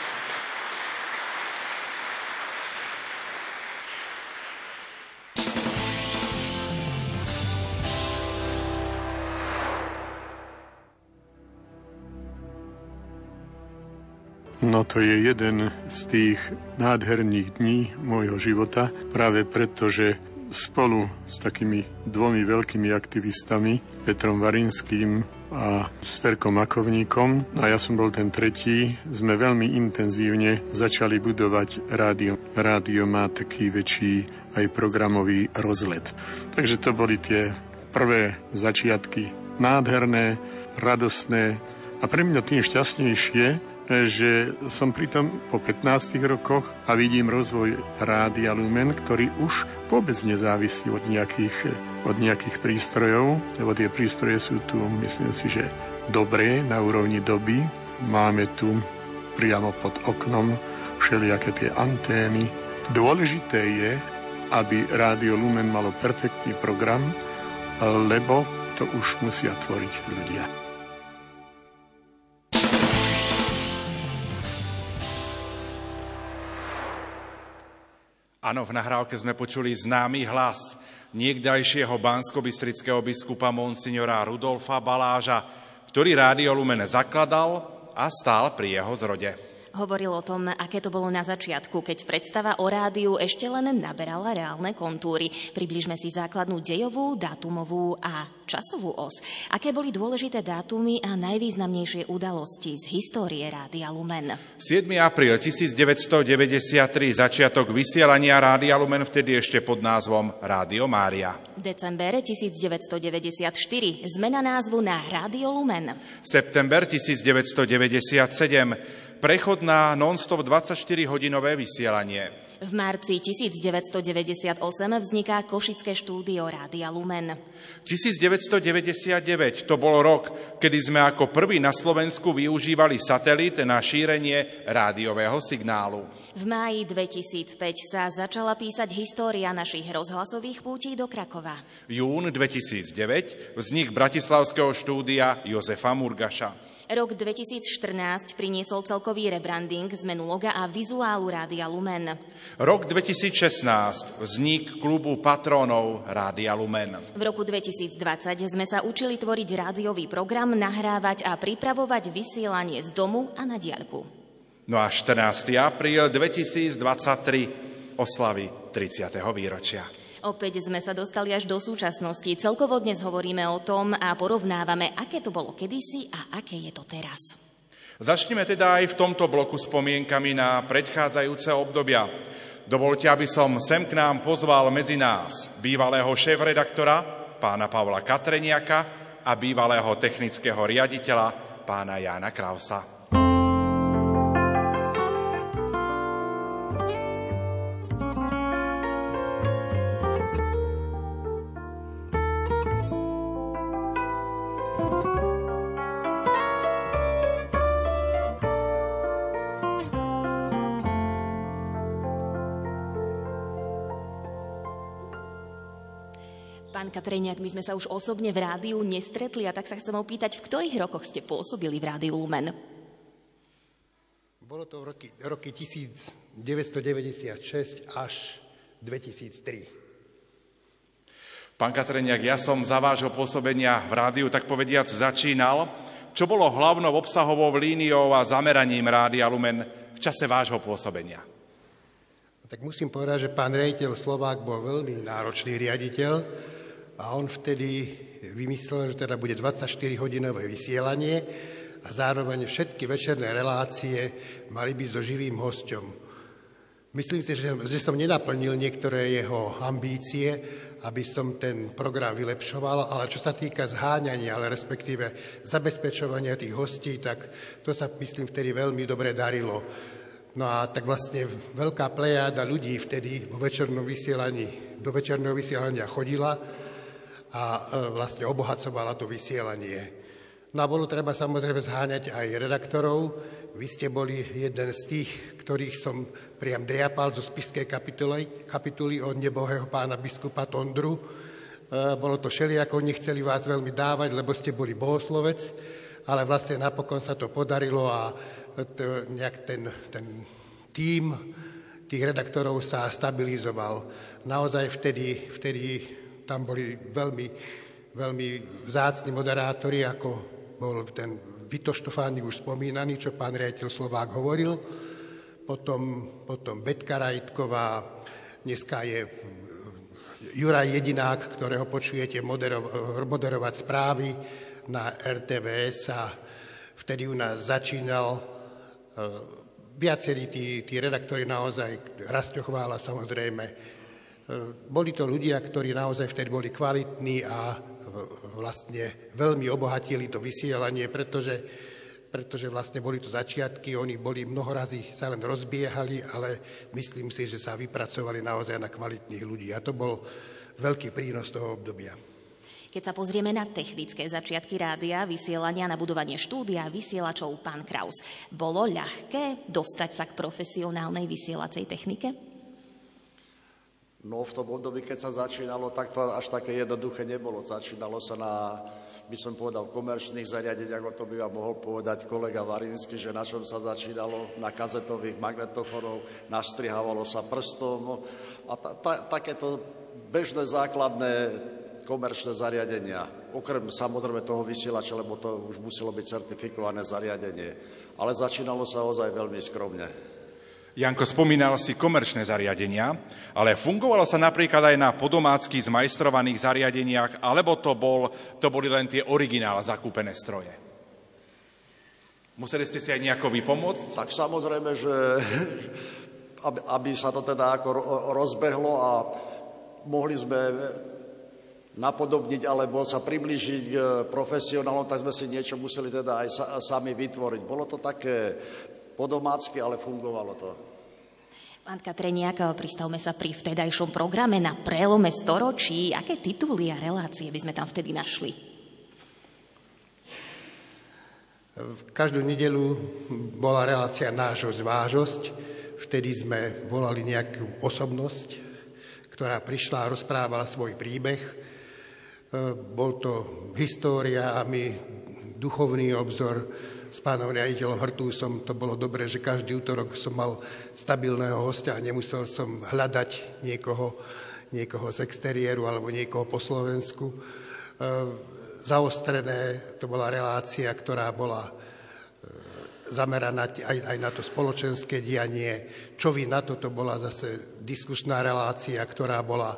[SPEAKER 12] No to je jeden z tých nádherných dní môjho života, práve preto, že spolu s takými dvomi veľkými aktivistami, Petrom Varinským a Sverkom Makovníkom, a ja som bol ten tretí, sme veľmi intenzívne začali budovať rádio. Rádio má taký väčší aj programový rozlet. Takže to boli tie prvé začiatky nádherné, radostné a pre mňa tým šťastnejšie, že som pritom po 15 rokoch a vidím rozvoj Rádia Lumen, ktorý už vôbec nezávisí od nejakých prístrojov, lebo tie prístroje sú tu, myslím si, že dobré na úrovni doby. Máme tu priamo pod oknom všelijaké tie antény. Dôležité je, aby Rádio Lumen malo perfektný program, lebo to už musia tvoriť ľudia.
[SPEAKER 1] Áno, v nahrávke sme počuli známy hlas niekdajšieho banskobystrického biskupa monsignora Rudolfa Baláža, ktorý Rádio Lumen zakladal a stál pri jeho zrode.
[SPEAKER 11] Hovoril o tom, aké to bolo na začiatku, keď predstava o rádiu ešte len naberala reálne kontúry. Približme si základnú dejovú, dátumovú a časovú os. Aké boli dôležité dátumy a najvýznamnejšie udalosti z histórie Rádia Lumen? 7.
[SPEAKER 1] apríl 1993, začiatok vysielania Rádia Lumen, vtedy ešte pod názvom Rádio Mária.
[SPEAKER 11] December 1994, zmena názvu na Rádio Lumen.
[SPEAKER 1] September 1997, prechod na non-stop 24-hodinové vysielanie.
[SPEAKER 11] V marci 1998 vzniká Košické štúdio Rádia Lumen.
[SPEAKER 1] 1999 to bol rok, kedy sme ako prví na Slovensku využívali satelit na šírenie rádiového signálu.
[SPEAKER 11] V máji 2005 sa začala písať história našich rozhlasových pútí do Krakova.
[SPEAKER 1] Jún 2009 vznik bratislavského štúdia Jozefa Murgaša.
[SPEAKER 11] Rok 2014 priniesol celkový rebranding, zmenu loga a vizuálu Rádia Lumen.
[SPEAKER 1] Rok 2016 vznik klubu patrónov Rádia Lumen.
[SPEAKER 11] V roku 2020 sme sa učili tvoriť rádiový program, nahrávať a pripravovať vysielanie z domu a na diaľku.
[SPEAKER 1] No a 14. apríl 2023 oslavy 30. výročia.
[SPEAKER 11] Opäť sme sa dostali až do súčasnosti. Celkovo dnes hovoríme o tom a porovnávame, aké to bolo kedysi a aké je to teraz.
[SPEAKER 1] Začneme teda aj v tomto bloku spomienkami na predchádzajúce obdobia. Dovoľte, aby som sem k nám pozval medzi nás bývalého šéfredaktora, pána Pavla Katreniaka a bývalého technického riaditeľa, pána Jána Krausa.
[SPEAKER 11] Pán Katreniak, my sme sa už osobne v rádiu nestretli a tak sa chcem opýtať, v ktorých rokoch ste pôsobili v Rádiu Lumen?
[SPEAKER 13] Bolo to roky 1996 až 2003.
[SPEAKER 1] Pán Katreniak, ja som za vášho pôsobenia v rádiu, tak povediac, začínal. Čo bolo hlavnou obsahovou líniou a zameraním Rádia Lumen v čase vášho pôsobenia?
[SPEAKER 13] Tak musím povedať, že pán riaditeľ Slovák bol veľmi náročný riaditeľ a on vtedy vymyslel, že teda bude 24-hodinové vysielanie a zároveň všetky večerné relácie mali byť so živým hosťom. Myslím si, že som nenaplnil niektoré jeho ambície, aby som ten program vylepšoval, ale čo sa týka zháňania, ale respektíve zabezpečovania tých hostí, tak to sa, myslím, vtedy veľmi dobre darilo. No a tak vlastne veľká plejáda ľudí vtedy do večerného vysielania chodila a vlastne obohacovala to vysielanie. No a bolo treba samozrejme zháňať aj redaktorov. Vy ste boli jeden z tých, ktorých som priam driapal zo spišskej kapituly od nebohého pána biskupa Tondru. Bolo to všelijako, nechceli vás veľmi dávať, lebo ste boli bohoslovec, ale vlastne napokon sa to podarilo a nejak ten tím tých redaktorov sa stabilizoval. Naozaj vtedy tam boli veľmi, veľmi vzácni moderátori, ako bol ten Vito Štofánik už spomínaný, čo pán riaditeľ Slovák hovoril. Potom Betka Rajtková, dneska je Juraj Jedinák, ktorého počujete moderovať správy na RTVS a vtedy u nás začínal viacerí tí redaktori naozaj, Rasťo Chvála samozrejme. Boli to ľudia, ktorí naozaj vtedy boli kvalitní a vlastne veľmi obohatili to vysielanie, pretože vlastne boli to začiatky, oni boli mnohorazí, sa len rozbiehali, ale myslím si, že sa vypracovali naozaj na kvalitných ľudí a to bol veľký prínos toho obdobia.
[SPEAKER 11] Keď sa pozrieme na technické začiatky rádia, vysielania, na budovanie štúdia, vysielačov, pán Kraus, bolo ľahké dostať sa k profesionálnej vysielacej technike?
[SPEAKER 14] No v tom období, keď sa začínalo, tak to až také jednoduché nebolo. Začínalo sa na by som povedal, komerčných zariadení, ako to by vám mohol povedať kolega Varinsky, že na čom sa začínalo, na kazetových magnetofónov, nastrihávalo sa prstom a takéto bežné základné komerčné zariadenia. Okrem samozrejme toho vysielača, lebo to už muselo byť certifikované zariadenie. Ale začínalo sa ozaj veľmi skromne.
[SPEAKER 1] Janko, spomínal si komerčné zariadenia, ale fungovalo sa napríklad aj na podomácky zmajstrovaných zariadeniach, alebo to boli len tie originál zakúpené stroje? Museli ste si aj nejako vypomôcť?
[SPEAKER 14] Tak samozrejme, že aby sa to teda ako rozbehlo a mohli sme napodobniť alebo sa priblížiť k profesionálom, tak sme si niečo museli teda aj sami vytvoriť. Bolo to také podomácky, ale fungovalo to.
[SPEAKER 11] Pán Katreniak, pristavme sa pri vtedajšom programe na prelome storočí. Aké tituly a relácie by sme tam vtedy našli?
[SPEAKER 13] Každú nedeľu bola relácia Nášho zvážosť. Vtedy sme volali nejakú osobnosť, ktorá prišla a rozprávala svoj príbeh. Bol to história a my duchovný obzor s pánom riaditeľom Hrtúsom. To bolo dobré, že každý útorok som mal stabilného hostia a nemusel som hľadať niekoho z exteriéru alebo niekoho po Slovensku. Zaostrené, to bola relácia, ktorá bola zameraná aj na to spoločenské dianie. Čo vy na to bola zase diskusná relácia, ktorá bola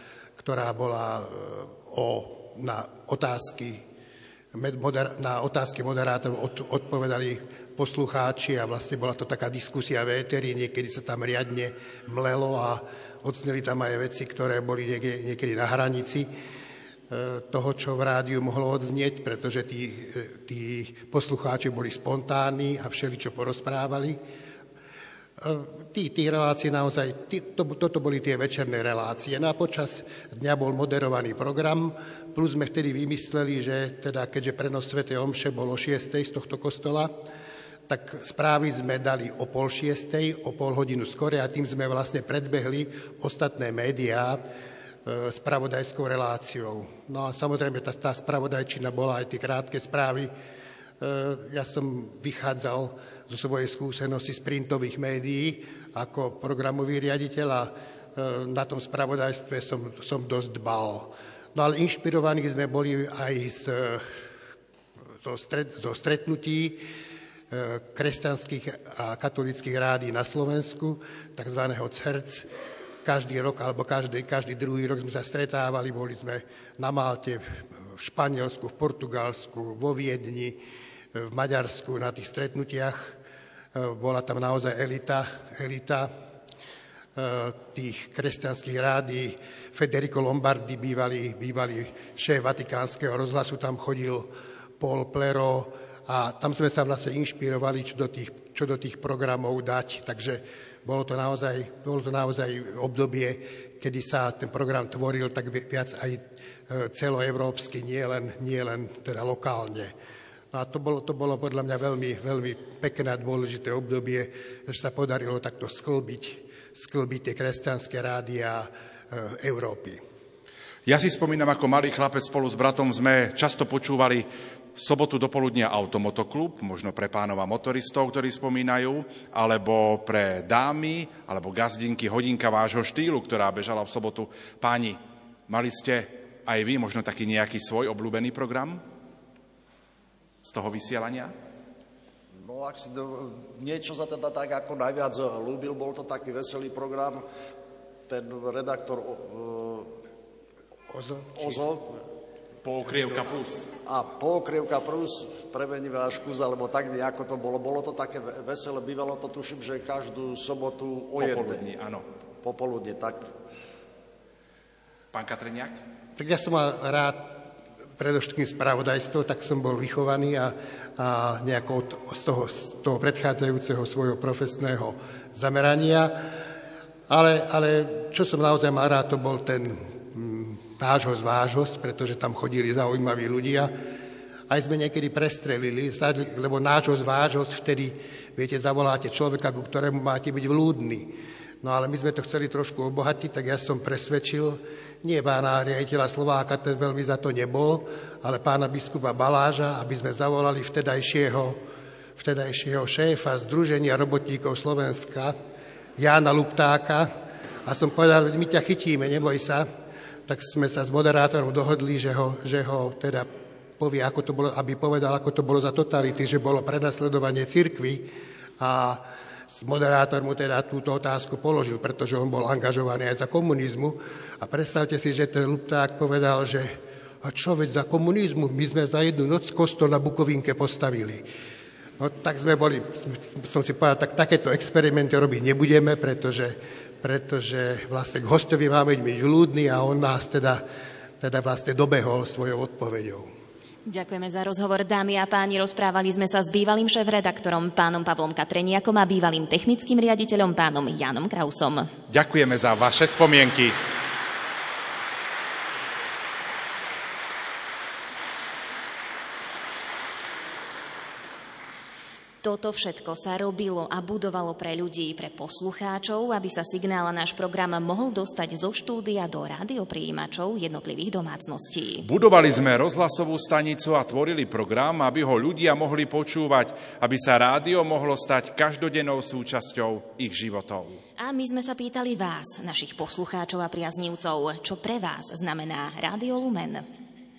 [SPEAKER 13] na otázky moderátorov odpovedali poslucháči a vlastne bola to taká diskusia v éteri, niekedy sa tam riadne mlelo a odzneli tam aj veci, ktoré boli niekedy na hranici toho, čo v rádiu mohlo odznieť, pretože tí poslucháči boli spontánni a všeličo porozprávali. Tí relácie naozaj, toto boli tie večerné relácie. No a počas dňa bol moderovaný program, plus sme vtedy vymysleli, že teda keďže prenos svätej omše bolo 6:00 z tohto kostola, tak správy sme dali o 5:30, o pol hodinu skore a tým sme vlastne predbehli ostatné médiá spravodajskou reláciou. No a samozrejme tá spravodajčina bola aj tie krátke správy. Ja som vychádzal zo svojej skúsenosti z printových médií ako programový riaditeľ a na tom spravodajstve som dosť dbal. No ale inšpirovaní sme boli aj zo stretnutí kresťanských a katolických rádií na Slovensku, takzvaného CERC. Každý rok alebo každý druhý rok sme sa stretávali, boli sme na Malte, v Španielsku, v Portugalsku, vo Viedni, v Maďarsku na tých stretnutiach. Bola tam naozaj elita tých kresťanských rádií. Federico Lombardi, bývalý šéf Vatikánskeho rozhlasu, tam chodil Paul Plero a tam sme sa vlastne inšpirovali, čo do tých programov dať. Takže bolo to naozaj obdobie, kedy sa ten program tvoril tak viac aj celoevropsky, nie len teda lokálne. No a to bolo podľa mňa veľmi, veľmi pekné a dôležité obdobie, že sa podarilo takto sklbiť tie kresťanské rádia Európy.
[SPEAKER 1] Ja si spomínam, ako malý chlapec spolu s bratom sme často počúvali sobotu dopoludnia Automotoklub, možno pre pánov a motoristov, ktorí spomínajú, alebo pre dámy, alebo gazdinky Hodinka vášho štýlu, ktorá bežala v sobotu. Páni, mali ste aj vy možno taký nejaký svoj obľúbený program z toho vysielania?
[SPEAKER 14] No, ak si niečo sa teda tak ako najviac ľúbil, bol to taký veselý program. Ten redaktor Ozo,
[SPEAKER 1] Pookrievka plus.
[SPEAKER 14] A Pookrievka plus, premenivá škúza, alebo tak nejako to bolo. Bolo to také veselé, bývalo to, tuším, že každú sobotu o jednej.
[SPEAKER 1] Popoludní, áno.
[SPEAKER 14] Popoludní, tak.
[SPEAKER 1] Pán Katreniak?
[SPEAKER 13] Tak ja som mal rád predovšetkým spravodajstvo, tak som bol vychovaný a nejako z toho predchádzajúceho svojho profesného zamerania. Ale čo som naozaj mal rád, to bol ten Nášho zvážosť, pretože tam chodili zaujímaví ľudia. Aj sme niekedy prestrelili, lebo Nášho zvážosť vtedy, viete, zavoláte človeka, ku ktorému máte byť vľúdny. No ale my sme to chceli trošku obohatiť, tak ja som presvedčil nie pána riaditeľa Slováka, ten veľmi za to nebol, ale pána biskupa Baláža, aby sme zavolali vtedajšieho šéfa Združenia robotníkov Slovenska, Jána Luptáka, a som povedal, my ťa chytíme, neboj sa. Tak sme sa s moderátorom dohodli, že ho teda povie, ako to bolo, aby povedal, ako to bolo za totality, že bolo prenasledovanie cirkvi, a moderátor mu teda túto otázku položil, pretože on bol angažovaný aj za komunizmu. A predstavte si, že ten Lupták povedal, že a čo, veď za komunizmu, my sme za jednu noc kostol na Bukovínke postavili. No tak som si povedal, tak takéto experimenty robiť nebudeme, pretože vlastne k hostovi máme byť ľudný a on nás teda vlastne dobehol svojou odpoveďou.
[SPEAKER 11] Ďakujeme za rozhovor, dámy a páni. Rozprávali sme sa s bývalým šéfredaktorom pánom Pavlom Katreniakom a bývalým technickým riaditeľom pánom Jánom Krausom.
[SPEAKER 1] Ďakujeme za vaše spomienky.
[SPEAKER 11] Toto všetko sa robilo a budovalo pre ľudí, pre poslucháčov, aby sa signál a náš program mohol dostať zo štúdia do rádioprijímačov jednotlivých domácností.
[SPEAKER 1] Budovali sme rozhlasovú stanicu a tvorili program, aby ho ľudia mohli počúvať, aby sa rádio mohlo stať každodennou súčasťou ich životov.
[SPEAKER 11] A my sme sa pýtali vás, našich poslucháčov a priaznívcov, čo pre vás znamená Rádio Lumen.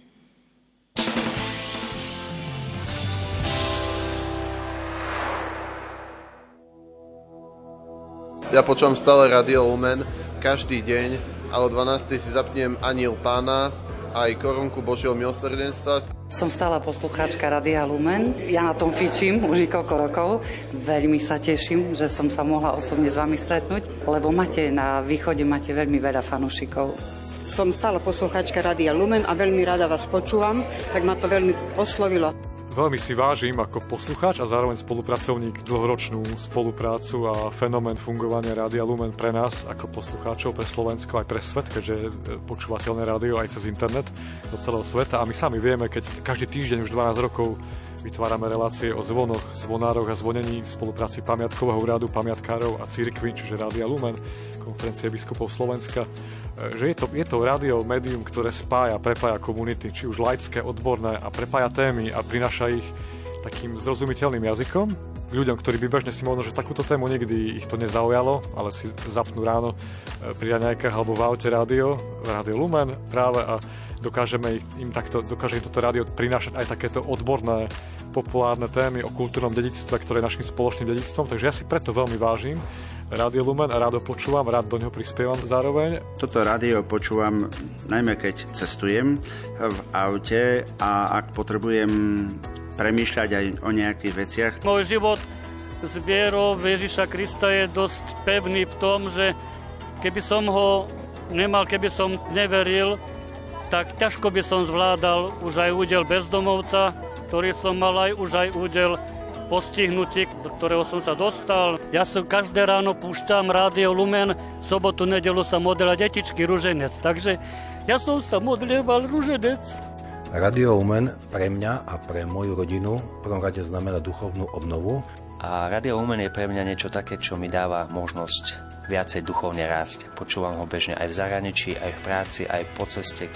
[SPEAKER 15] Ja počúvam stále Rádio Lumen každý deň, a o 12. si zapnem Anjel Pána aj Korunku Božieho milosrdenstva.
[SPEAKER 16] Som stála poslucháčka Rádia Lumen. Ja na tom fičím už niekoľko rokov. Veľmi sa teším, že som sa mohla osobne s vami stretnúť, lebo na východe máte veľmi veľa fanúšikov.
[SPEAKER 17] Som stála poslucháčka Rádia Lumen a veľmi rada vás počúvam, tak ma to veľmi oslovilo.
[SPEAKER 18] Veľmi si vážim ako poslucháč a zároveň spolupracovník dlhoročnú spoluprácu a fenomén fungovania Rádia Lumen pre nás ako poslucháčov, pre Slovensko aj pre svet, keďže je počúvateľné rádio aj cez internet do celého sveta. A my sami vieme, keď každý týždeň už 12 rokov vytvárame relácie o zvonoch, zvonároch a zvonení v spolupráci Pamiatkového úradu, pamiatkárov a cirkvi, čiže Rádia Lumen, Konferencie biskupov Slovenska, že je to rádio médium, ktoré prepája komunity, či už laické, odborné, a prepája témy a prináša ich takým zrozumiteľným jazykom k ľuďom, ktorí by bežne si možno, že takúto tému nikdy ich to nezaujalo, ale si zapnú ráno pri raňajkách alebo v aute Rádio Lumen práve, a dokáže im toto rádio prinášať aj takéto odborné, populárne témy o kultúrnom dedičstve, ktoré je našim spoločným dedičstvom. Takže ja si preto veľmi vážim Rádio Lumen a rád ho počúvam, rád do neho prispievam zároveň.
[SPEAKER 19] Toto rádio počúvam najmä keď cestujem v aute a ak potrebujem premýšľať aj o nejakých veciach.
[SPEAKER 20] Môj život s vierou Ježiša Krista je dosť pevný v tom, že keby som ho nemal, keby som neveril, tak ťažko by som zvládal už aj údel bezdomovca, ktorý som mal už aj údel postihnutí, do ktorého som sa dostal. Ja som každé ráno púšťam Rádio Lumen, sobotu, nedelu sa modlila detičky Ruženec, takže ja som sa modlieval Ruženec.
[SPEAKER 21] Rádio Lumen pre mňa a pre moju rodinu v prvom rade znamená duchovnú obnovu.
[SPEAKER 22] A Rádio Lumen je pre mňa niečo také, čo mi dáva možnosť viacej duchovne rásť. Počúvam ho bežne aj v zahraničí, aj v práci, aj po ceste.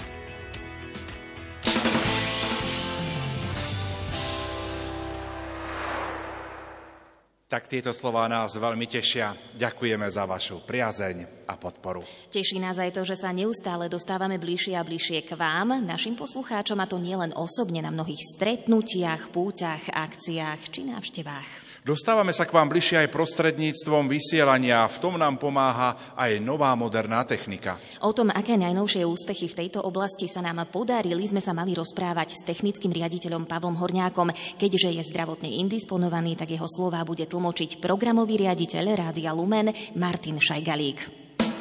[SPEAKER 1] Tak tieto slová nás veľmi tešia. Ďakujeme za vašu priazeň a podporu.
[SPEAKER 11] Teší nás aj to, že sa neustále dostávame bližšie a bližšie k vám, našim poslucháčom, a to nielen osobne na mnohých stretnutiach, púťach, akciách či návštevách.
[SPEAKER 1] Dostávame sa k vám bližšie aj prostredníctvom vysielania. V tom nám pomáha aj nová moderná technika.
[SPEAKER 11] O tom, aké najnovšie úspechy v tejto oblasti sa nám podarili, sme sa mali rozprávať s technickým riaditeľom Pavlom Horňákom. Keďže je zdravotne indisponovaný, tak jeho slová bude tlmočiť programový riaditeľ Rádia Lumen Martin Šajgalík.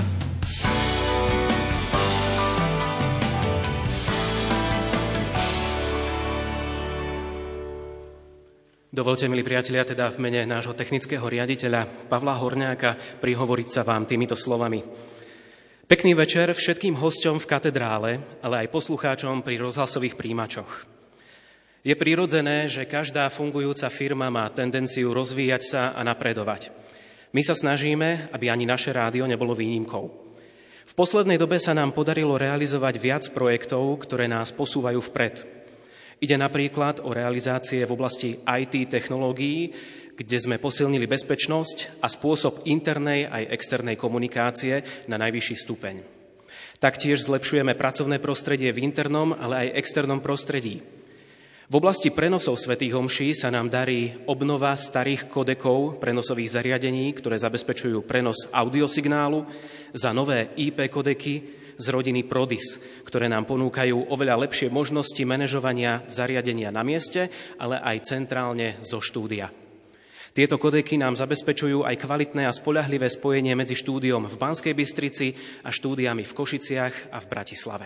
[SPEAKER 9] Dovolte, milí priatelia, teda v mene nášho technického riaditeľa Pavla Horňáka prihovoriť sa vám týmito slovami. Pekný večer všetkým hosťom v katedrále, ale aj poslucháčom pri rozhlasových príjimačoch. Je prirodzené, že každá fungujúca firma má tendenciu rozvíjať sa a napredovať. My sa snažíme, aby ani naše rádio nebolo výnimkou. V poslednej dobe sa nám podarilo realizovať viac projektov, ktoré nás posúvajú vpred. Ide napríklad o realizácie v oblasti IT technológií, kde sme posilnili bezpečnosť a spôsob internej aj externej komunikácie na najvyšší stupeň. Taktiež zlepšujeme pracovné prostredie v internom, ale aj externom prostredí. V oblasti prenosov svätých omší sa nám darí obnova starých kodekov prenosových zariadení, ktoré zabezpečujú prenos audiosignálu, za nové IP kodeky z rodiny Prodis, ktoré nám ponúkajú oveľa lepšie možnosti manažovania zariadenia na mieste, ale aj centrálne zo štúdia. Tieto kodeky nám zabezpečujú aj kvalitné a spoľahlivé spojenie medzi štúdiom v Banskej Bystrici a štúdiami v Košiciach a v Bratislave.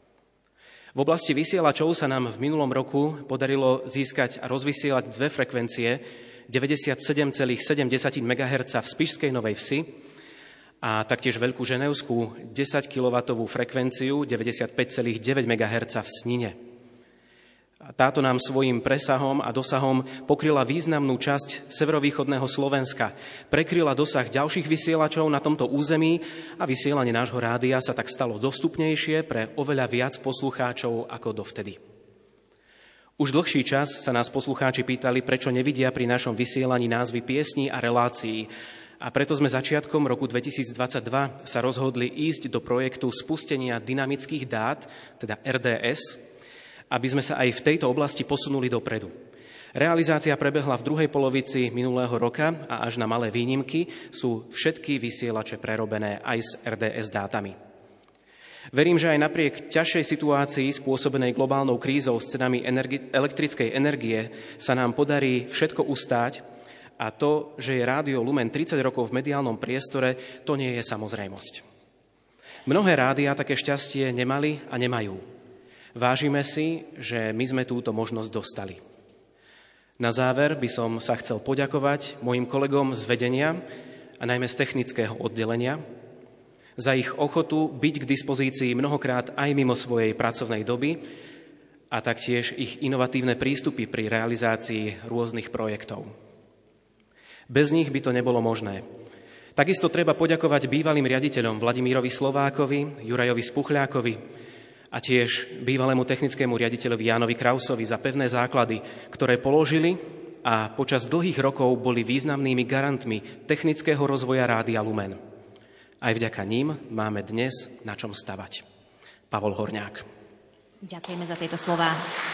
[SPEAKER 9] V oblasti vysielačov sa nám v minulom roku podarilo získať a rozvysielať dve frekvencie 97,7 MHz v Spišskej Novej Vsi a taktiež veľkú ženevskú 10 kW frekvenciu 95,9 MHz v Snine. Táto nám svojím presahom a dosahom pokryla významnú časť severovýchodného Slovenska, prekryla dosah ďalších vysielačov na tomto území a vysielanie nášho rádia sa tak stalo dostupnejšie pre oveľa viac poslucháčov ako dovtedy. Už dlhší čas sa nás poslucháči pýtali, prečo nevidia pri našom vysielaní názvy piesní a relácií. A preto sme začiatkom roku 2022 sa rozhodli ísť do projektu spustenia dynamických dát, teda RDS, aby sme sa aj v tejto oblasti posunuli dopredu. Realizácia prebehla v druhej polovici minulého roka a až na malé výnimky sú všetky vysielače prerobené aj s RDS dátami. Verím, že aj napriek ťažšej situácii spôsobenej globálnou krízou s cenami elektrickej energie sa nám podarí všetko ustáť a to, že je Rádio Lumen 30 rokov v mediálnom priestore, to nie je samozrejmosť. Mnohé rádia také šťastie nemali a nemajú. Vážime si, že my sme túto možnosť dostali. Na záver by som sa chcel poďakovať mojim kolegom z vedenia a najmä z technického oddelenia za ich ochotu byť k dispozícii mnohokrát aj mimo svojej pracovnej doby a taktiež ich inovatívne prístupy pri realizácii rôznych projektov. Bez nich by to nebolo možné. Takisto treba poďakovať bývalým riaditeľom Vladimírovi Slovákovi, Jurajovi Spuchľákovi a tiež bývalému technickému riaditeľovi Jánovi Krausovi za pevné základy, ktoré položili a počas dlhých rokov boli významnými garantmi technického rozvoja Rádia Lumen. Aj vďaka ním máme dnes na čom stavať. Pavol Horňák.
[SPEAKER 11] Ďakujeme za tieto slová.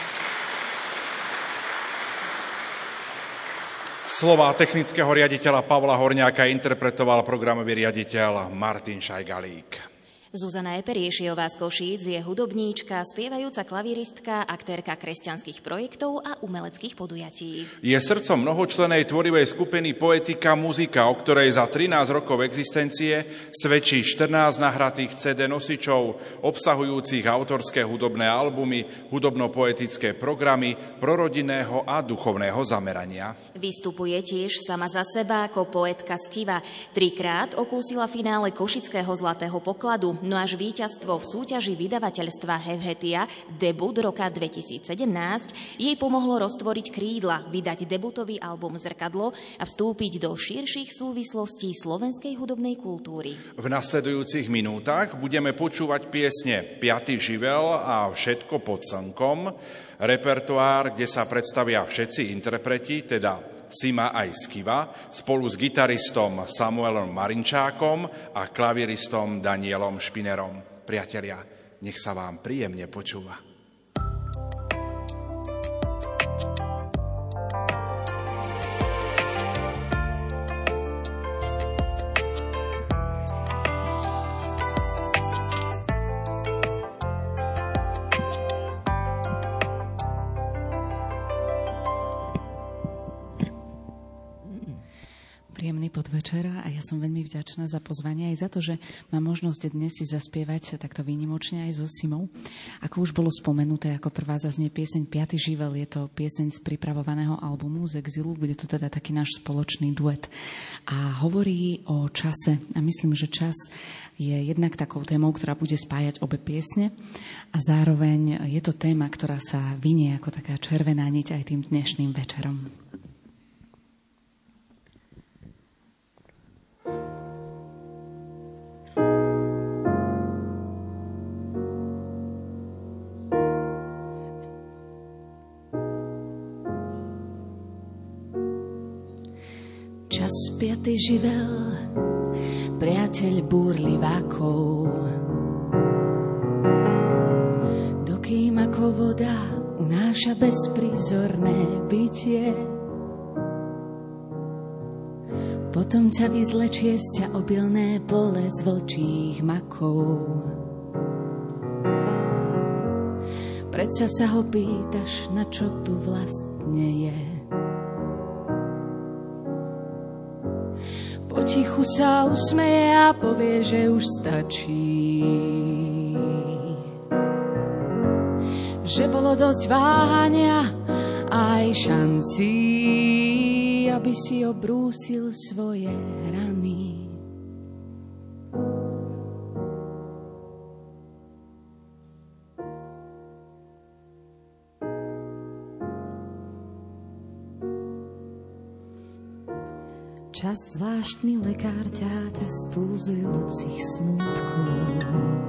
[SPEAKER 1] Slová technického riaditeľa Pavla Horňáka interpretoval programový riaditeľ Martin Šajgalík.
[SPEAKER 11] Zuzana Eperiešiová z Košíc je hudobníčka, spievajúca klavíristka, aktérka kresťanských projektov a umeleckých podujatí.
[SPEAKER 1] Je srdcom mnohočlennej tvorivej skupiny Poetika Muzika, o ktorej za 13 rokov existencie svedčí 14 nahratých CD nosičov, obsahujúcich autorské hudobné albumy, hudobno-poetické programy prorodinného a duchovného zamerania.
[SPEAKER 11] Vystupuje tiež sama za seba ako poetka z Kiva. 3-krát okúsila finále Košického zlatého pokladu, no až víťazstvo v súťaži vydavateľstva Hevhetia, debut roka 2017, jej pomohlo roztvoriť krídla, vydať debutový album Zrkadlo a vstúpiť do širších súvislostí slovenskej hudobnej kultúry.
[SPEAKER 1] V nasledujúcich minútach budeme počúvať piesne Piaty živel a Všetko pod slnkom, repertoár, kde sa predstavia všetci interpreti, teda Sima aj z Kiva, spolu s gitaristom Samuelom Marinčákom a klavíristom Danielom Špinerom. Priatelia, nech sa vám príjemne počúva.
[SPEAKER 5] Príjemný podvečer a ja som veľmi vďačná za pozvanie aj za to, že mám možnosť dnes si zaspievať takto výnimočne aj so Simou. Ako už bolo spomenuté, ako prvá zaznie pieseň Piaty živel, je to pieseň z pripravovaného albumu z Exilu, bude to teda taký náš spoločný duet. A hovorí o čase a myslím, že čas je jednak takou témou, ktorá bude spájať obe piesne a zároveň je to téma, ktorá sa vinie ako taká červená niť aj tým dnešným večerom.
[SPEAKER 10] čas piaty živel, priateľ búrlivákov. Dokým ako voda unáša bezprízorné bytie, potom ťa vyzlečie z ťa obilné pole z vlčích makov. Predsa sa ho pýtaš, na čo tu vlastne je. Potichu sa usmeje a povie, že už stačí. Že bolo dosť váhania aj šancí, aby si obrúsil svoje rany. Čas zvláštny lekár ťa z pulzujúcich smutkov.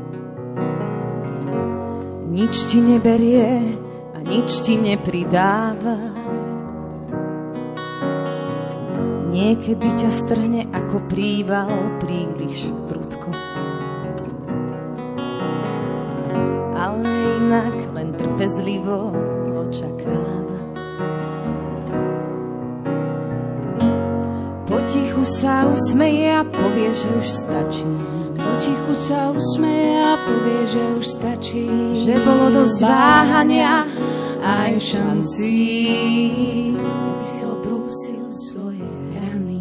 [SPEAKER 10] Nič ti neberie a nič ti nepridáva. Niekedy ťa strhne ako príval príliš prudko. Ale inak len trpezlivo očakáva. Potichu sa usmeje a povie, že už stačí. Potichu sa usmeje a povie, že už stačí. Že bolo dosť váhania aj šancí, aby si obrúsil svoje rany.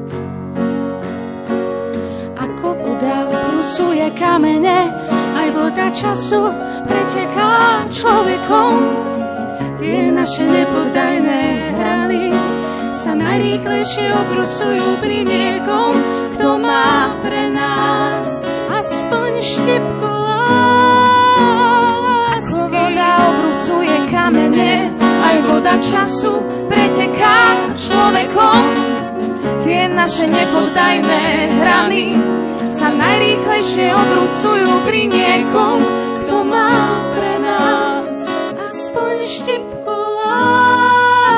[SPEAKER 10] Ako voda obrusuje kamene, aj voda času preteká človekom. Tie naše nepoddajné hrany sa najrýchlejšie obrusujú pri niekom, kto má pre nás aspoň štipku lásky. Ako voda obrusuje kamene, aj voda času preteká človekom. Tie naše nepoddajné hrany sa najrýchlejšie obrusujú pri niekom, kto má pre nás aspoň štipku lásky.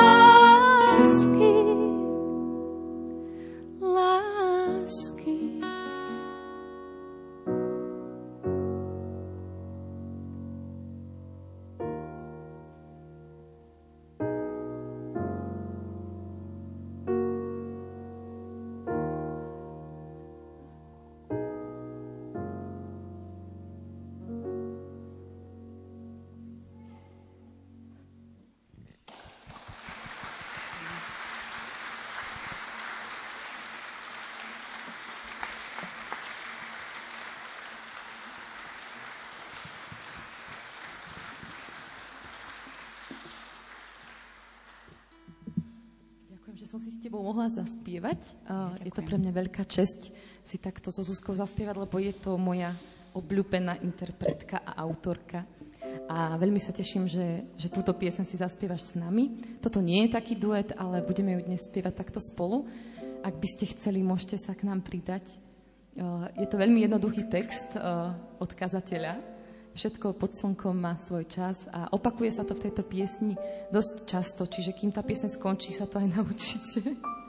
[SPEAKER 6] Že som si s tebou mohla zaspievať. Je to pre mňa veľká česť si takto so Zuzkou zaspievať, lebo je to moja obľúbená interpretka a autorka. A veľmi sa teším, že túto pieseň si zaspievaš s nami. Toto nie je taký duet, ale budeme ju dnes spievať takto spolu. Ak by ste chceli, môžete sa k nám pridať. Je to veľmi jednoduchý text od kazateľa. Všetko pod slnkom má svoj čas a opakuje sa to v tejto piesni dosť často, čiže kým tá pieseň skončí, sa to aj naučíte.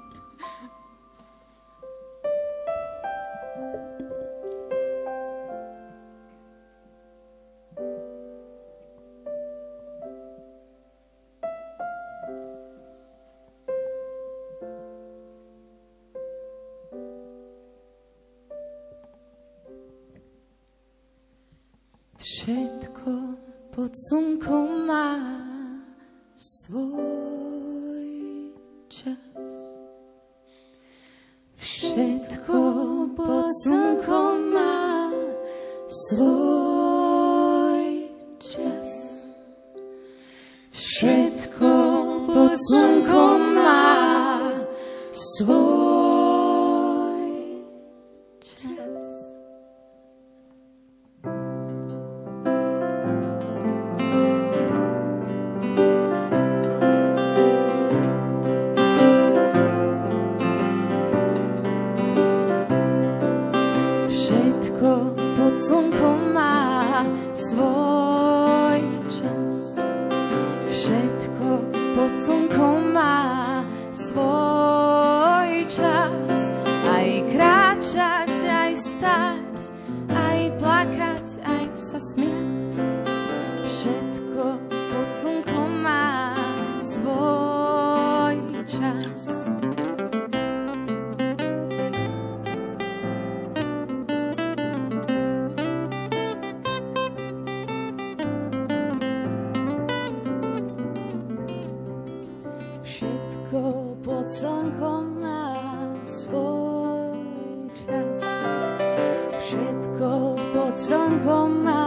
[SPEAKER 10] Všetko pod slnkom má svoj čas. Všetko pod slnkom má svoj čas. Všetko pod slnkom má svoj čas. Pod slnkom má svoj čas. Všetko pod slnkom má svoj čas. stáť, aj plakať, aj sa smiať. Všetko pod slnkom má svoj čas. Všetko pod slnkom má svoj čas. Všetko pod slnkom má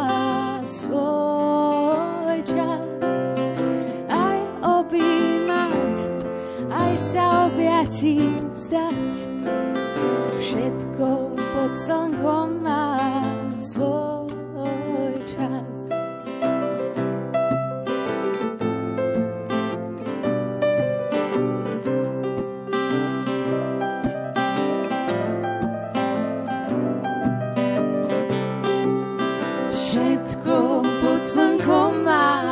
[SPEAKER 10] svoj čas. Aj objímať, aj sa objatí vzdať. Všetko pod slnkom má svoj čas. Všetko pod slnkom má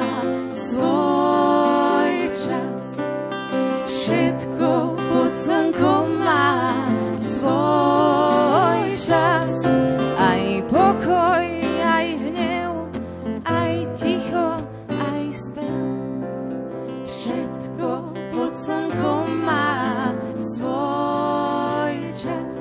[SPEAKER 10] svoj čas. Všetko pod slnkom má svoj čas. Aj pokoj, aj hnev, aj ticho, aj spev. Všetko pod slnkom má svoj čas.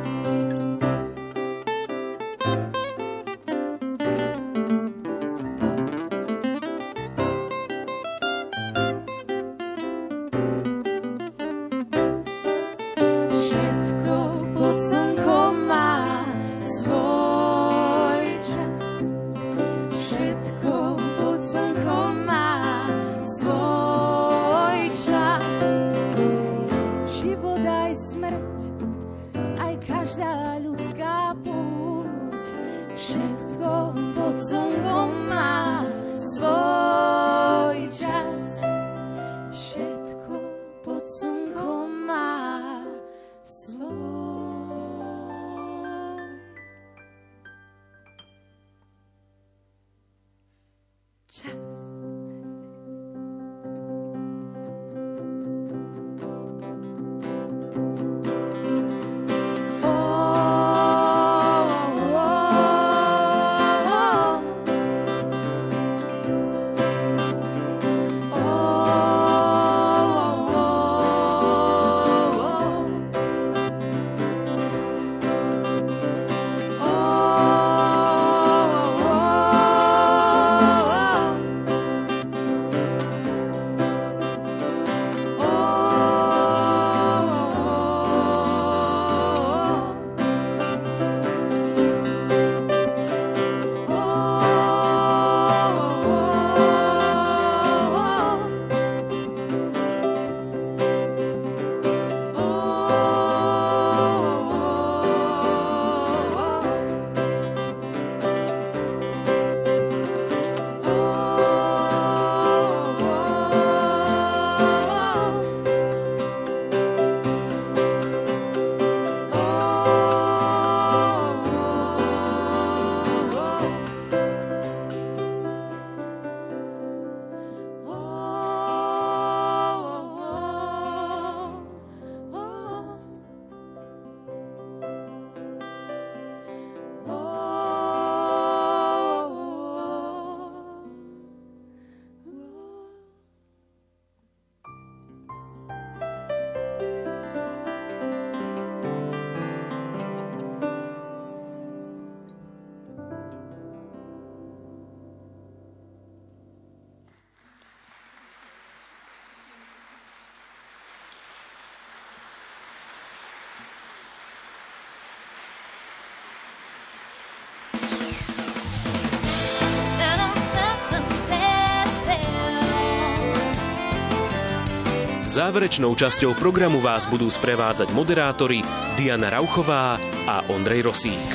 [SPEAKER 2] Záverečnou časťou programu vás budú sprevádzať moderátori Diana Rauchová a Ondrej Rosík.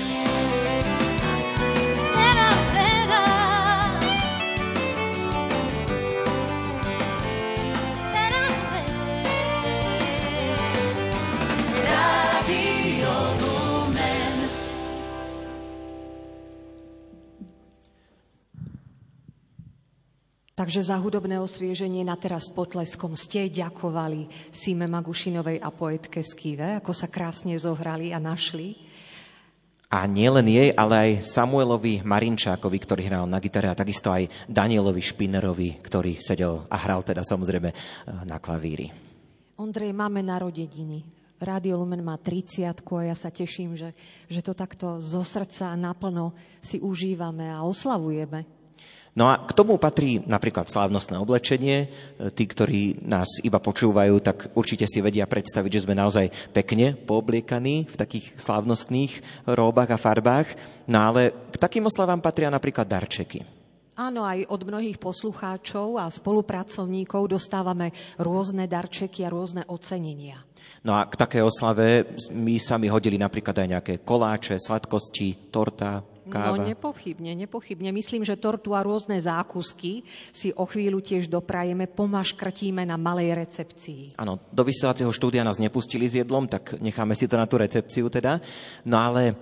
[SPEAKER 7] Takže za hudobné osvieženie na teraz potleskom ste ďakovali Sime Magušinovej a poetke Skive, ako sa krásne zohrali a našli.
[SPEAKER 3] A nielen jej, ale aj Samuelovi Marinčákovi, ktorý hral na gitare, a takisto aj Danielovi Špinerovi, ktorý sedel a hral teda samozrejme na klavíri.
[SPEAKER 7] Ondrej, máme narodeniny. Rádio Lumen má 30-ku a ja sa teším, že to takto zo srdca naplno si užívame a oslavujeme.
[SPEAKER 3] No a k tomu patrí napríklad slávnostné oblečenie. Tí, ktorí nás iba počúvajú, tak určite si vedia predstaviť, že sme naozaj pekne poobliekaní v takých slávnostných róbach a farbách. No ale k takým oslavám patria napríklad darčeky.
[SPEAKER 7] Áno, aj od mnohých poslucháčov a spolupracovníkov dostávame rôzne darčeky a rôzne ocenenia.
[SPEAKER 3] No a k takej oslave my sami hodili napríklad aj nejaké koláče, sladkosti, torta, káva.
[SPEAKER 7] No nepochybne. Myslím, že tortu a rôzne zákusky si o chvíľu tiež doprajeme, pomaškrtíme na malej recepcii.
[SPEAKER 3] Áno, do vysielacieho štúdia nás nepustili s jedlom, tak necháme si to na tú recepciu teda. No ale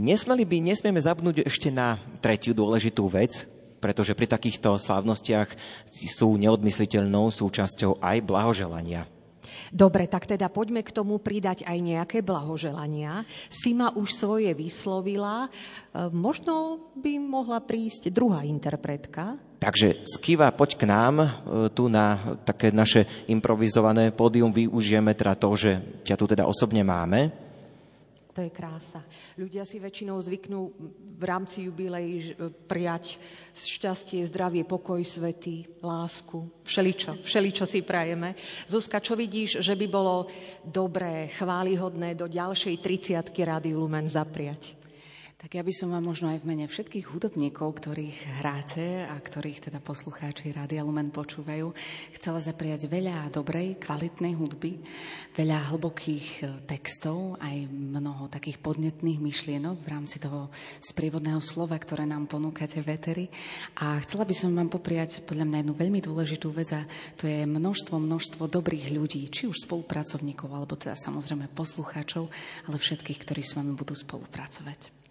[SPEAKER 3] nesmieme zabudnúť ešte na tretiu dôležitú vec, pretože pri takýchto slávnostiach sú neodmysliteľnou súčasťou aj blahoželania.
[SPEAKER 7] Dobre, tak teda poďme k tomu pridať aj nejaké blahoželania. Sima už svoje vyslovila. Možno by mohla prísť druhá interpretka.
[SPEAKER 3] Takže Skiva, poď k nám. Tu na také naše improvizované pódium využijeme teda to, že ťa tu teda osobne máme.
[SPEAKER 7] To je krása. Ľudia si väčšinou zvyknú v rámci jubilej prijať šťastie, zdravie, pokoj, svety, lásku. Všeličo si prajeme. Zuzka, čo vidíš, že by bolo dobré, chválihodné do ďalšej 30-ky Rádiu Lumen zapriať?
[SPEAKER 5] Tak ja by som vám možno aj v mene všetkých hudobníkov, ktorých hráte a ktorých teda poslucháči Rádia Lumen počúvajú, chcela zapriať veľa dobrej, kvalitnej hudby, veľa hlbokých textov, aj mnoho takých podnetných myšlienok v rámci toho sprievodného slova, ktoré nám ponúkate v éteri. A chcela by som vám popriať podľa mňa jednu veľmi dôležitú vec, a to je množstvo dobrých ľudí, či už spolupracovníkov, alebo teda samozrejme poslucháčov, ale všetkých, ktorí s vami budú spolupracovať.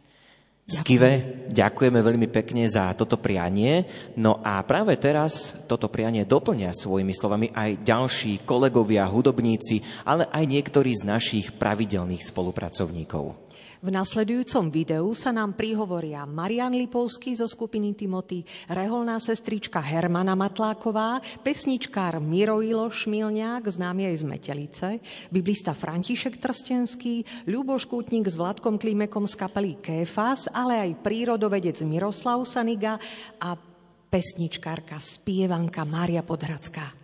[SPEAKER 3] Skive, ďakujeme veľmi pekne za toto prianie. No a práve teraz toto prianie doplňa svojimi slovami aj ďalší kolegovia, hudobníci, ale aj niektorí z našich pravidelných spolupracovníkov.
[SPEAKER 7] V nasledujúcom videu sa nám prihovoria Marian Lipovský zo skupiny Timothy, reholná sestrička Hermana Matláková, pesničkár Miroilo Šmilňák, známy aj z Metelice, biblista František Trstenský, Ľuboš Kútnik s Vladkom Klimekom z kapely Kéfas, ale aj prírodovedec Miroslav Saniga a pesničkárka, spievanka Mária Podhradská.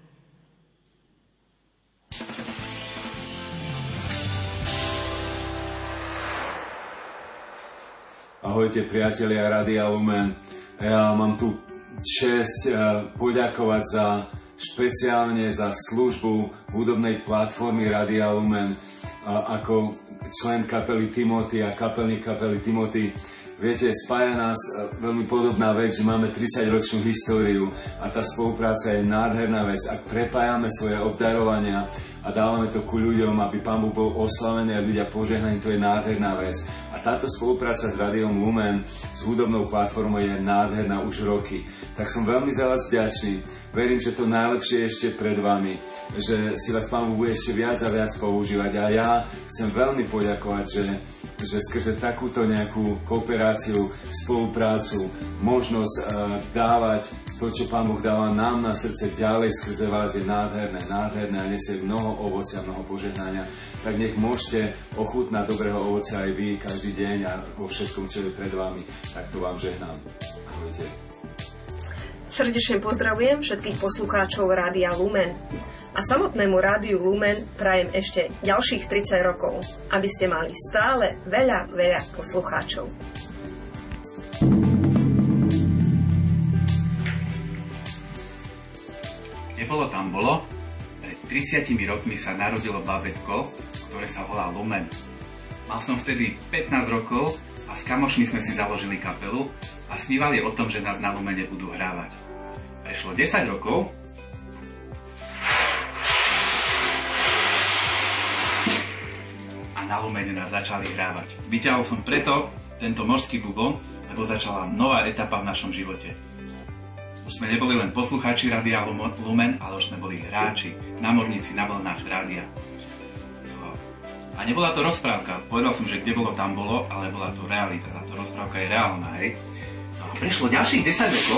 [SPEAKER 8] Ahojte priatelia Rádia Lumen. Ja mám tu česť poďakovať špeciálne za službu hudobnej platformy Rádia Lumen ako člen kapely Timothy a kapelník kapely Timothy. Viete, spája nás veľmi podobná vec, že máme 30-ročnú históriu a tá spolupráca je nádherná vec. Ak prepájame svoje obdarovania a dávame to ku ľuďom, aby Pán Boh bol oslavený a ľudia požehnaní, to je nádherná vec. A táto spolupráca s Rádiom Lumen, s hudobnou platformou je nádherná už roky. Tak som veľmi za vás vďačný. Verím, že to najlepšie je ešte pred vami, že si vás Pán Boh bude ešte viac a viac používať. A ja chcem veľmi poďakovať, že skrze takúto nejakú kooperáciu, spoluprácu, možnosť dávať to, čo Pán Boh dáva nám na srdce ďalej skrze vás, je nádherné a nesie mnoho ovocia, mnoho požehnania. Tak nech môžete ochutnať dobrého ovocia aj vy každý deň a vo všetkom, čo je pred vami. Tak to vám žehnám. Ahojte.
[SPEAKER 23] Srdečne pozdravujem všetkých poslucháčov Rádia Lumen. A samotnému Rádiu Lumen prajem ešte ďalších 30 rokov, aby ste mali stále veľa poslucháčov.
[SPEAKER 24] Nebolo tam bolo, pred 30 rokmi sa narodilo bábätko, ktoré sa volá Lumen. Mal som vtedy 15 rokov a s kamošmi sme si založili kapelu a snívali o tom, že nás na Lumene budú hrávať. Prešlo 10 rokov a na Lumene nás začali hrávať. Vyťahol som preto tento morský bubon, lebo začala nová etapa v našom živote. Už sme neboli len poslucháči Rádia Lumen, ale už sme boli hráči, námorníci na vlnách rádia. A nebola to rozprávka. Povedal som, že kde bolo, tam bolo, ale bola to realita. Táto rozprávka je reálna, hej. No a prešlo ďalších 10 rokov.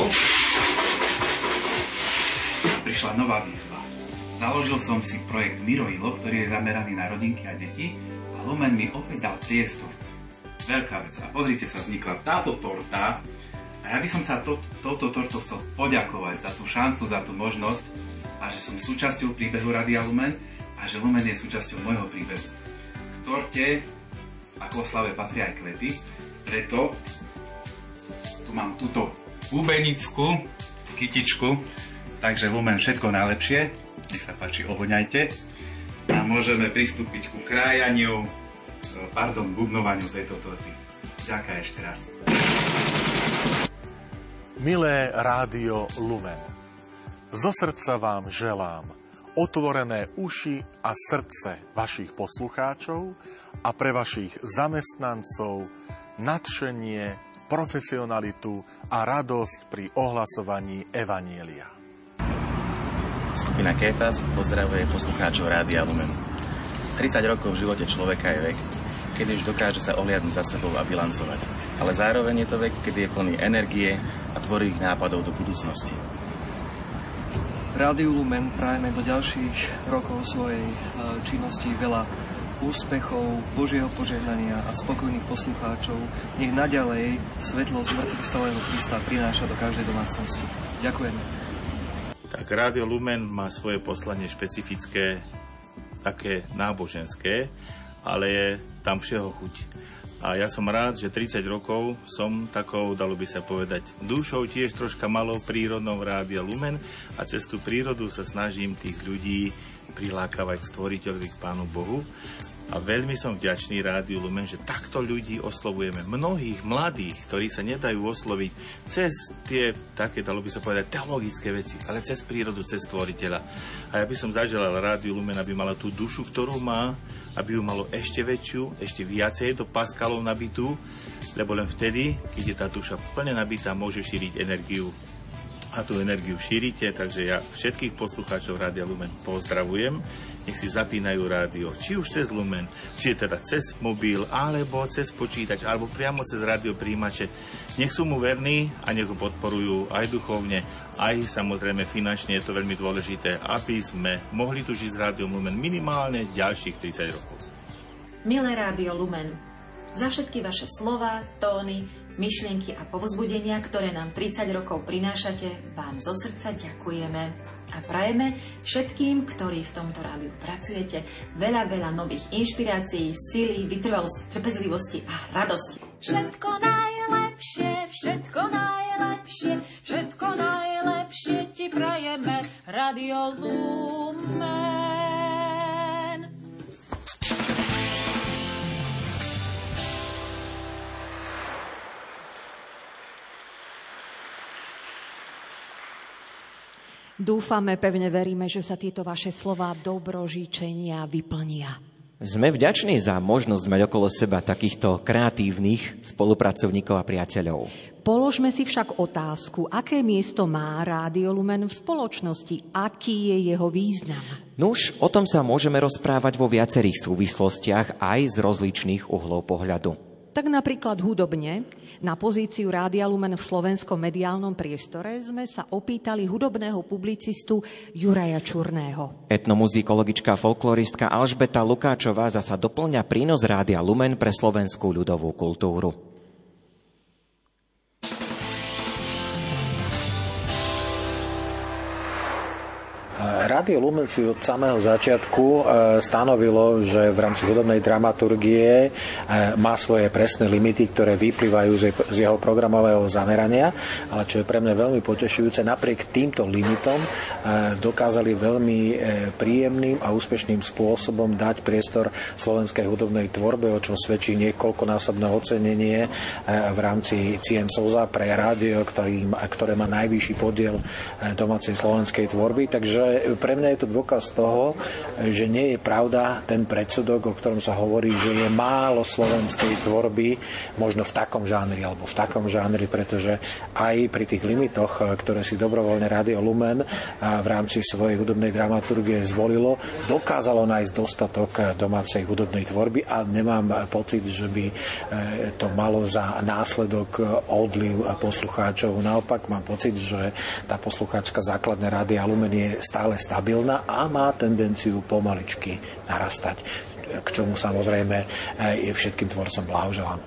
[SPEAKER 24] Prišla nová výzva. Založil som si projekt Miroilo, ktorý je zameraný na rodinky a deti. A Lumen mi opäť dal priestor. Veľká vec. A pozrite sa, vznikla táto torta. A ja by som sa touto tortou chcel poďakovať za tú šancu, za tú možnosť. A že som súčasťou príbehu Rádia Lumen. A že Lumen je súčasťou môjho príbehu. Torte ako oslave patria aj kvety, preto tu mám túto bubenickú kytičku, takže Lumen všetko najlepšie, nech sa páči, ohoňajte a môžeme pristúpiť ku krájaniu, bubnovaniu tejto torty. Ďakujem ešte raz.
[SPEAKER 4] Milé Rádio Lumen, zo srdca vám želám otvorené uši a srdce vašich poslucháčov a pre vašich zamestnancov nadšenie, profesionalitu a radosť pri ohlasovaní evanjelia.
[SPEAKER 12] Skupina Kéfas pozdravuje poslucháčov Rádia Lumen. 30 rokov v živote človeka je vek, kedy už dokáže sa ohliadnúť za sebou a bilancovať. Ale zároveň je to vek, kedy je plný energie a tvorivých nápadov do budúcnosti.
[SPEAKER 13] Rádiu Lumen prajeme do ďalších rokov svojej činnosti veľa úspechov, Božieho požehnania a spokojných poslucháčov. Nech naďalej svetlo zmrtvých stalého Krista prináša do každej domácnosti. Ďakujeme.
[SPEAKER 14] Tak Rádio Lumen má svoje poslanie špecifické, také náboženské, ale je tam všeho chuť. A ja som rád, že 30 rokov som takou, dalo by sa povedať, dušou tiež troška malou prírodnou Rádia Lumen a cez tú prírodu sa snažím tých ľudí prilákavať k Stvoriteľovi, k Pánu Bohu. A veľmi som vďačný Rádiu Lumen, že takto ľudí oslovujeme. Mnohých mladých, ktorí sa nedajú osloviť cez tie také, dalo by sa povedať, teologické veci, ale cez prírodu, cez Stvoriteľa. A ja by som zaželal Rádiu Lumen, aby mala tú dušu, ktorú má, aby ju malo ešte väčšiu, ešte viacej do paskalov nabitú, lebo len vtedy, keď je tá duša plne nabitá, môže šíriť energiu. A tú energiu šírite, takže ja všetkých poslucháčov Rádia Lumen pozdravujem. Nech si zapínajú rádio, či už cez Lumen, či je teda cez mobil, alebo cez počítač, alebo priamo cez rádiopríjimače. Nech sú mu verní a nech ho podporujú aj duchovne, aj samozrejme finančne. Je to veľmi dôležité, aby sme mohli tu žiť s Rádiom Lumen minimálne ďalších 30 rokov.
[SPEAKER 25] Milé Rádio Lumen, za všetky vaše slova, tóny, myšlienky a povzbudenia, ktoré nám 30 rokov prinášate, vám zo srdca ďakujeme a prajeme všetkým, ktorí v tomto rádiu pracujete, veľa nových inšpirácií, síly, vytrvalosti, trpezlivosti a radosti.
[SPEAKER 26] Všetko najlepšie, všetko najlepšie, všetko najlepšie ti prajeme, Rádio Lumen.
[SPEAKER 7] Dúfame, pevne veríme, že sa tieto vaše slová dobrožíčenia vyplnia.
[SPEAKER 3] Sme vďační za možnosť mať okolo seba takýchto kreatívnych spolupracovníkov a priateľov.
[SPEAKER 7] Položme si však otázku, aké miesto má Rádio Lumen v spoločnosti, aký je jeho význam.
[SPEAKER 3] Nuž, o tom sa môžeme rozprávať vo viacerých súvislostiach aj z rozličných uhlov pohľadu.
[SPEAKER 7] Tak napríklad hudobne, na pozíciu Rádia Lumen v slovenskom mediálnom priestore sme sa opýtali hudobného publicistu Juraja Čurného.
[SPEAKER 3] Etnomuzikologička folkloristka Alžbeta Lukáčová zasa doplňa prínos Rádia Lumen pre slovenskú ľudovú kultúru.
[SPEAKER 21] Rádio Lumen si od samého začiatku stanovilo, že v rámci hudobnej dramaturgie má svoje presné limity, ktoré vyplývajú z jeho programového zamerania, ale čo je pre mňa veľmi potešujúce, napriek týmto limitom dokázali veľmi príjemným a úspešným spôsobom dať priestor slovenskej hudobnej tvorbe, o čom svedčí niekoľkonásobné ocenenie v rámci Cien Slza pre rádio, ktoré má najvyšší podiel domácej slovenskej tvorby. Takže pre mňa je to dôkaz toho, že nie je pravda ten predsudok, o ktorom sa hovorí, že je málo slovenskej tvorby, možno v takom žánri alebo v takom žánri, pretože aj pri tých limitoch, ktoré si dobrovoľne Rádio Lumen v rámci svojej hudobnej dramaturgie zvolilo, dokázalo nájsť dostatok domácej hudobnej tvorby a nemám pocit, že by to malo za následok odliv poslucháčov. Naopak mám pocit, že tá poslucháčka základné Rádia Lumen je stále stabilná a má tendenciu pomaličky narastať, k čomu samozrejme všetkým tvorcom blahoželám.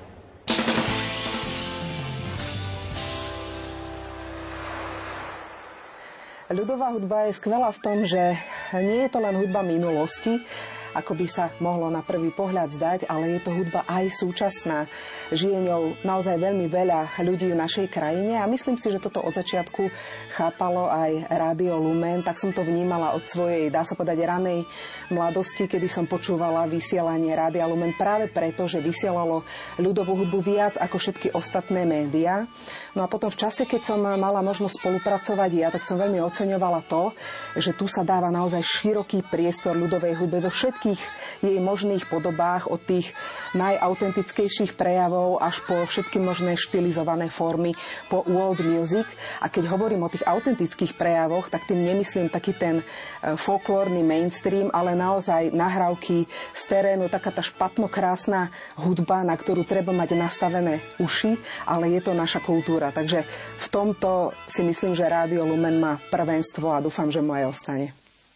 [SPEAKER 15] Ľudová hudba je skvelá v tom, že nie je to len hudba minulosti, ako by sa mohlo na prvý pohľad zdať, ale je to hudba aj súčasná. Žije ňou naozaj veľmi veľa ľudí v našej krajine a myslím si, že toto od začiatku chápalo aj Rádio Lumen, tak som to vnímala od svojej, dá sa povedať, ranej mladosti, kedy som počúvala vysielanie Rádia Lumen práve preto, že vysielalo ľudovú hudbu viac ako všetky ostatné médiá. No a potom v čase, keď som mala možnosť spolupracovať ja, tak som veľmi oceňovala to, že tu sa dáva naozaj široký priestor ľudovej hudbe vo všetkých jej možných podobách, od tých najautentickejších prejavov až po všetky možné štilizované formy, po world music. A keď hovorím o tých autentických prejavoch, tak tým nemyslím taký ten folklórny mainstream, ale naozaj nahrávky z terénu, taká tá špatnokrásna hudba, na ktorú treba mať nastavené uši, ale je to naša kultúra. Takže v tomto si myslím, že Rádio Lumen má prvenstvo a dúfam, že mu aj ostane.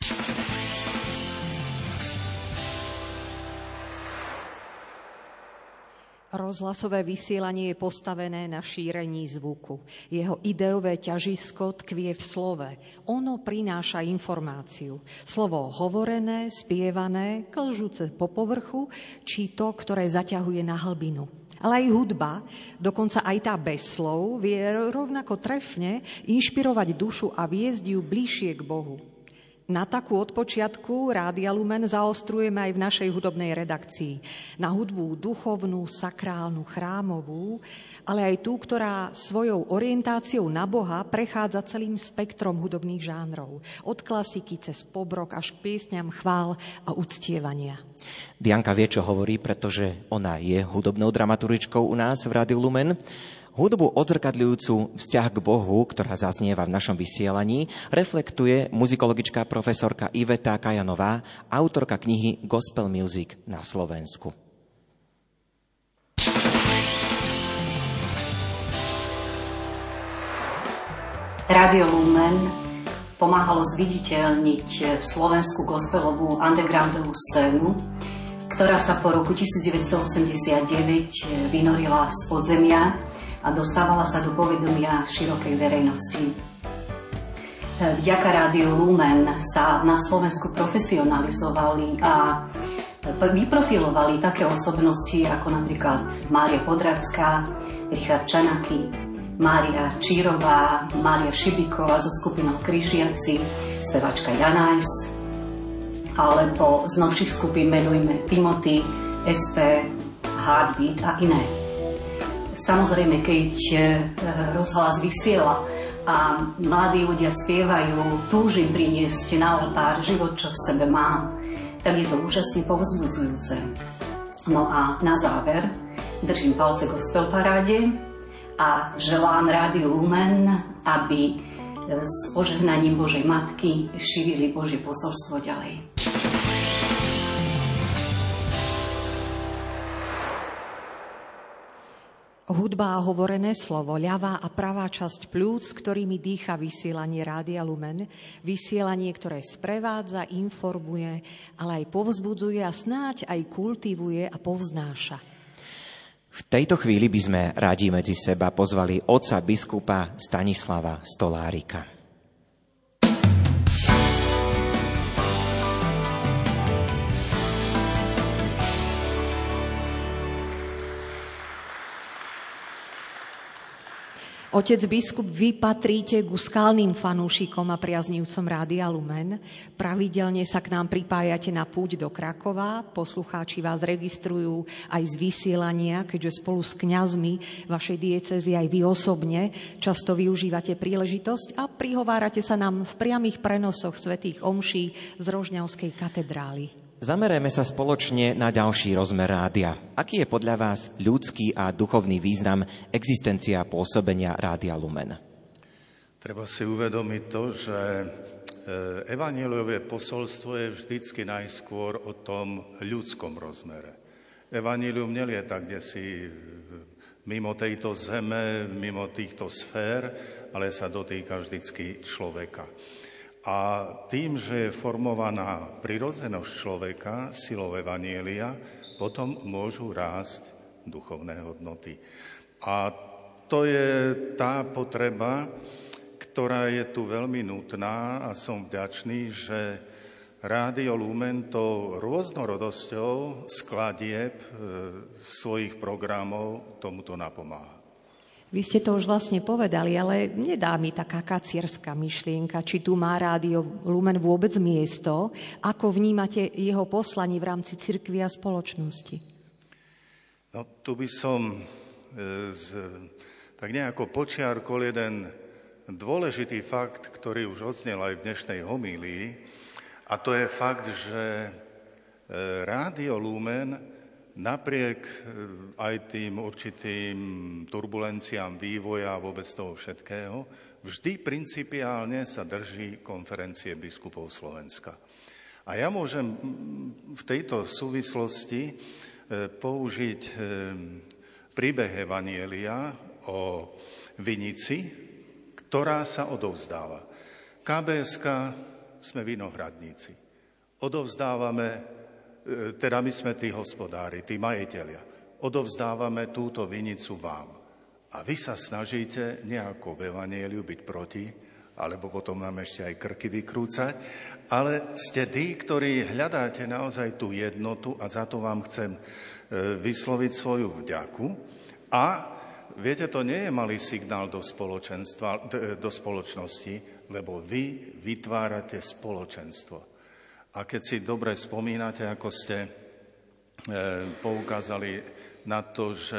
[SPEAKER 7] Rozhlasové vysielanie je postavené na šírení zvuku. Jeho ideové ťažisko tkvie v slove. Ono prináša informáciu. Slovo hovorené, spievané, klžúce po povrchu, či to, ktoré zaťahuje na hlbinu. Ale aj hudba, dokonca aj tá bez slov, vie rovnako trefne inšpirovať dušu a viesť ju bližšie k Bohu. Na takú od počiatku Rádia Lumen zaostrujeme aj v našej hudobnej redakcii. Na hudbu duchovnú, sakrálnu, chrámovú, ale aj tú, ktorá svojou orientáciou na Boha prechádza celým spektrom hudobných žánrov. Od klasiky cez pobrok až k piesňam chvál a uctievania.
[SPEAKER 3] Dianka vie, čo hovorí, pretože ona je hudobnou dramaturgičkou u nás v Rádiu Lumen. Hudbu odzrkadľujúcu vzťah k Bohu, ktorá zaznieva v našom vysielaní, reflektuje muzikologička profesorka Iveta Kajanová, autorka knihy Gospel Music na Slovensku.
[SPEAKER 16] Rádio Lumen pomáhalo zviditeľniť slovenskú gospelovú undergroundovú scénu, ktorá sa po roku 1989 vynorila z podzemia a dostávala sa do povedomia širokej verejnosti. Vďaka Rádiu Lumen sa na Slovensku profesionalizovali a vyprofilovali také osobnosti ako napríklad Mária Podradská, Richard Čanaky, Mária Čírová, Mária Šibiková so skupinou Križiaci, spevačka Janajs, alebo z novších skupín menujme Timothy, SP, Heartbeat a iné. Samozrejme, keď rozhlas vysiela a mladí ľudia spievajú, túžim priniesť na oltár život, čo v sebe mám, tak je to úžasne povzbudzujúce. No a na záver držím palce Gospel paráde a želám Rádiu Lumen, aby s požehnaním Božej Matky šírili Božie posolstvo ďalej.
[SPEAKER 7] Hudba a hovorené slovo, ľavá a pravá časť pľúc, ktorými dýcha vysielanie Rádia Lumen, vysielanie, ktoré sprevádza, informuje, ale aj povzbudzuje a snáď aj kultivuje a povznáša.
[SPEAKER 3] V tejto chvíli by sme radi medzi seba pozvali otca biskupa Stanislava Stolárika.
[SPEAKER 7] Otec biskup, vy patríte ku skalným fanúšikom a priaznivcom Rádia Lumen. Pravidelne sa k nám pripájate na púť do Krakova. Poslucháči vás registrujú aj z vysielania, keďže spolu s kňazmi vašej diecézy aj vy osobne často využívate príležitosť a prihovárate sa nám v priamých prenosoch svätých omší z Rožňavskej katedrály.
[SPEAKER 3] Zamerajme sa spoločne na ďalší rozmer rádia. Aký je podľa vás ľudský a duchovný význam existencia a pôsobenia Rádia Lumen?
[SPEAKER 9] Treba si uvedomiť to, že evanjeliové posolstvo je vždycky najskôr o tom ľudskom rozmere. Evanjelium nelieta kdesi mimo tejto zeme, mimo týchto sfér, ale sa dotýka vždycky človeka. A tým, že je formovaná prirodzenosť človeka silou evanjelia, potom môžu rásť duchovné hodnoty. A to je tá potreba, ktorá je tu veľmi nutná a som vďačný, že Rádio Lumen to rôznorodosťou skladieb svojich programov tomuto napomáha.
[SPEAKER 7] Vy ste to už vlastne povedali, ale nedá mi taká kacierská myšlienka, či tu má Rádio Lumen vôbec miesto. Ako vnímate jeho poslanie v rámci cirkvi a spoločnosti?
[SPEAKER 9] No, tu by som tak nejako počiarkol jeden dôležitý fakt, ktorý už odznel aj v dnešnej homílii, a to je fakt, že Rádio Lumen napriek aj tým určitým turbulenciám vývoja a vôbec toho všetkého, vždy principiálne sa drží konferencie biskupov Slovenska. A ja môžem v tejto súvislosti použiť príbeh Evanjelia o vinici, ktorá sa odovzdáva. KBS-ka sme vinohradníci. Odovzdávame, teda my sme tí hospodári, tí majitelia. Odovzdávame túto vinicu vám. A vy sa snažíte nejako v evanjeliu byť proti, alebo potom nám ešte aj krky vykrúcať, ale ste tí, ktorí hľadáte naozaj tú jednotu a za to vám chcem vysloviť svoju vďaku. A viete, to nie je malý signál do spoločenstva, do spoločnosti, lebo vy vytvárate spoločenstvo. A keď si dobre spomínate, ako ste poukázali na to, že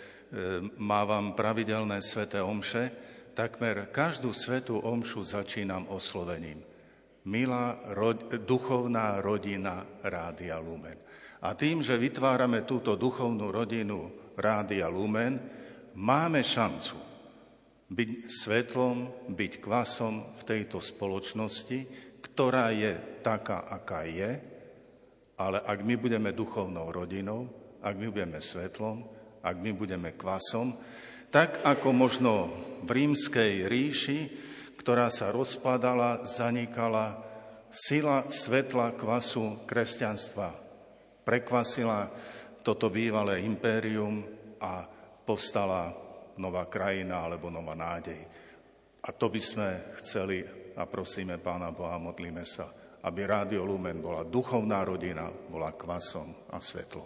[SPEAKER 9] mávam pravidelné sväté omše, takmer každú svätú omšu začínam oslovením. Milá duchovná rodina Rádia Lumen. A tým, že vytvárame túto duchovnú rodinu Rádia Lumen, máme šancu byť svetlom, byť kvasom v tejto spoločnosti, ktorá je taká, aká je, ale ak my budeme duchovnou rodinou, ak my budeme svetlom, ak my budeme kvasom, tak ako možno v rímskej ríši, ktorá sa rozpadala, zanikala, sila svetla kvasu kresťanstva prekvasila toto bývalé impérium a povstala nová krajina alebo nová nádej. A to by sme chceli a prosíme Pána Boha, modlíme sa, aby Rádio Lumen bola duchovná rodina, bola kvasom a svetlom.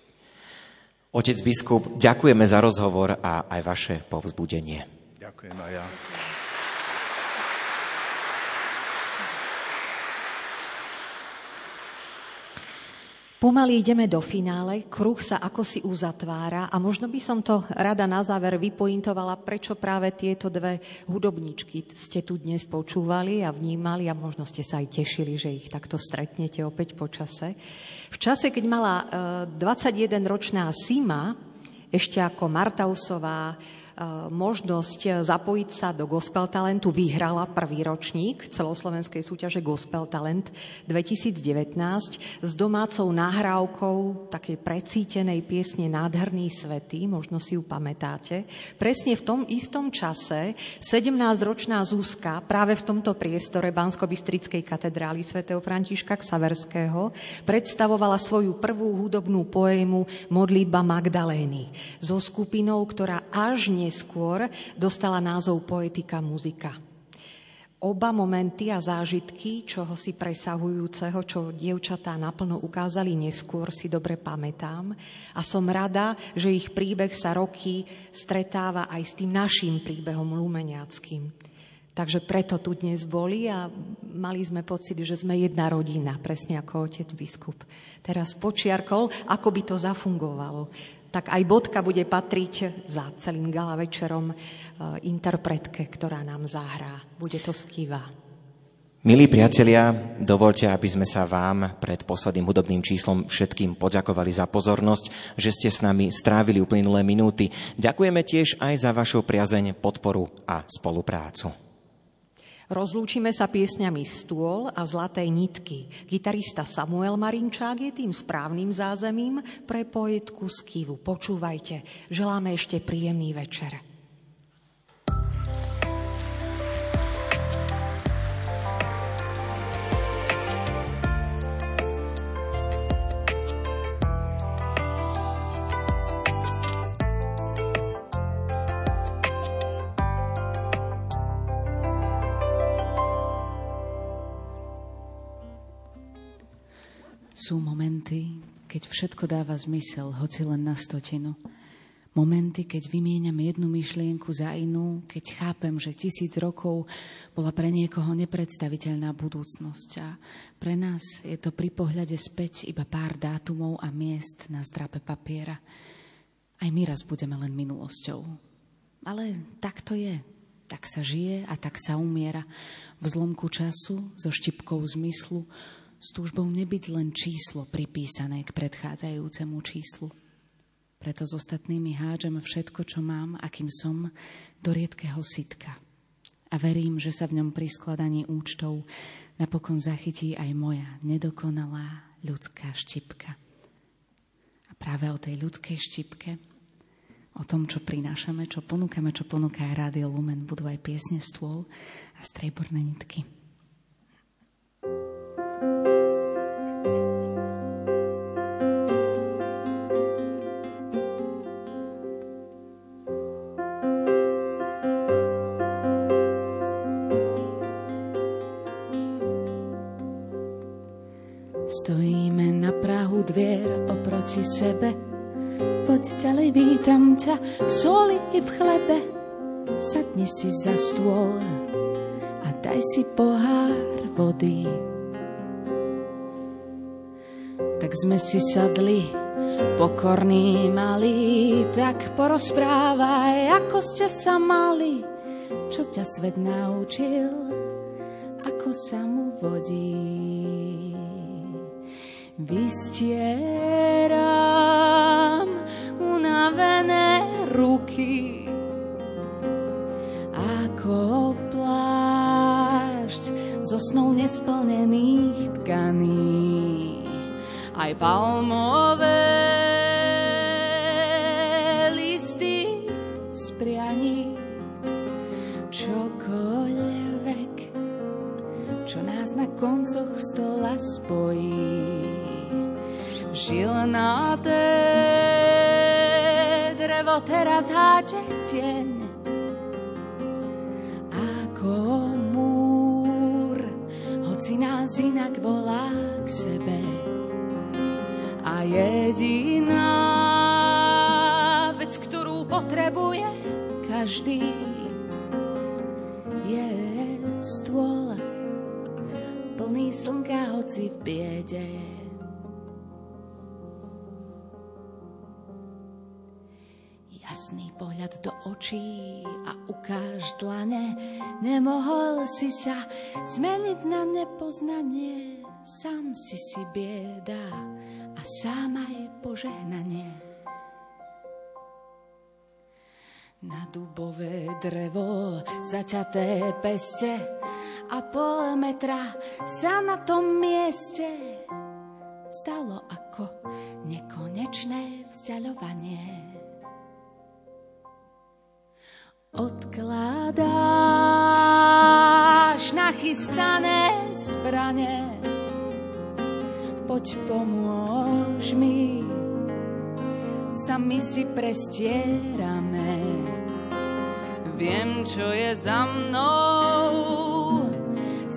[SPEAKER 3] Otec biskup, ďakujeme za rozhovor a aj vaše povzbudenie.
[SPEAKER 9] Ďakujem aj ja.
[SPEAKER 7] Pomaly ideme do finále, kruh sa ako si uzatvára a možno by som to rada na záver vypointovala, prečo práve tieto dve hudobničky ste tu dnes počúvali a vnímali a možno ste sa aj tešili, že ich takto stretnete opäť po čase. V čase, keď mala 21-ročná Sima, ešte ako Martausová, možnosť zapojiť sa do Gospel Talentu, vyhrala prvý ročník celoslovenskej súťaže Gospel Talent 2019 s domácou nahrávkou takej precítenej piesne Nádherný svätý, možno si ju pamätáte. Presne v tom istom čase 17-ročná Zuzka práve v tomto priestore Banskobystrickej katedrály svätého Františka Xaverského predstavovala svoju prvú hudobnú poému Modlitba Magdalény so skupinou, ktorá až neskôr dostala názov Poetika muzika. Oba momenty a zážitky, čoho si presahujúceho, čo dievčatá naplno ukázali neskôr, si dobre pamätám a som rada, že ich príbeh sa roky stretáva aj s tým naším príbehom lumeniackým. Takže preto tu dnes boli a mali sme pocit, že sme jedna rodina, presne ako otec biskup. Teraz počiarkol, ako by to zafungovalo. Tak aj bodka bude patriť za celým gala večerom interpretke, ktorá nám zahrá. Bude to Skiva.
[SPEAKER 3] Milí priatelia, dovoľte, aby sme sa vám pred posledným hudobným číslom všetkým poďakovali za pozornosť, že ste s nami strávili uplynulé minúty. Ďakujeme tiež aj za vašu priazeň, podporu a spoluprácu.
[SPEAKER 7] Rozlúčime sa piesňami Stôl a Zlaté nitky. Gitarista Samuel Marinčák je tým správnym zázemím pre poetku Skivu. Počúvajte, želáme ešte príjemný večer.
[SPEAKER 5] Sú momenty, keď všetko dáva zmysel, hoci len na 100. Momenty, keď vymieňam jednu myšlienku za inú, keď chápem, že 1000 rokov bola pre niekoho nepredstaviteľná budúcnosť a pre nás je to pri pohľade späť iba pár dátumov a miest na zdrape papiera. Aj my raz budeme len minulosťou. Ale tak to je. Tak sa žije a tak sa umiera. V zlomku času, so štipkou zmyslu, s túžbou nebyť len číslo pripísané k predchádzajúcemu číslu. Preto s ostatnými hádžem všetko, čo mám, akým som, do riedkeho sytka. A verím, že sa v ňom pri skladaní účtov napokon zachytí aj moja nedokonalá ľudská štipka. A práve o tej ľudskej štipke, o tom, čo prinášame, čo ponúkame, čo ponúka Rádio Lumen, budú aj piesne Stôl a Strieborné nitky.
[SPEAKER 10] Stojíme na prahu dvier oproti sebe. Poď ďalej, vítam ťa v soli i v chlebe. Sadni si za stôl a daj si pohár vody. Tak sme si sadli, pokorní malí, tak porozprávaj, ako ste sa mali, čo ťa svet naučil, ako sa mu vodí. Vystieram unavené ruky ako plášť zo snov nesplnených tkaní. Aj palmové listy z prianí, čokoľvek, čo nás na koncoch stola spojí. Žilnaté drevo teraz háče tieň ako múr, hoci nás inak volá k sebe. A jediná vec, ktorú potrebuje každý, je stôl plný slnka, hoci v biede. Jasný pohľad do očí a ukáž dlane, nemohol si sa zmeniť na nepoznanie. Sám si bieda a sám aj požehnanie. Na dubové drevo zaťaté peste a pol metra sa na tom mieste stalo ako nekonečné vzdiaľovanie. Odkladáš nachystané zbrane, poď pomôž mi, sami si prestierame. Viem, čo je za mnou,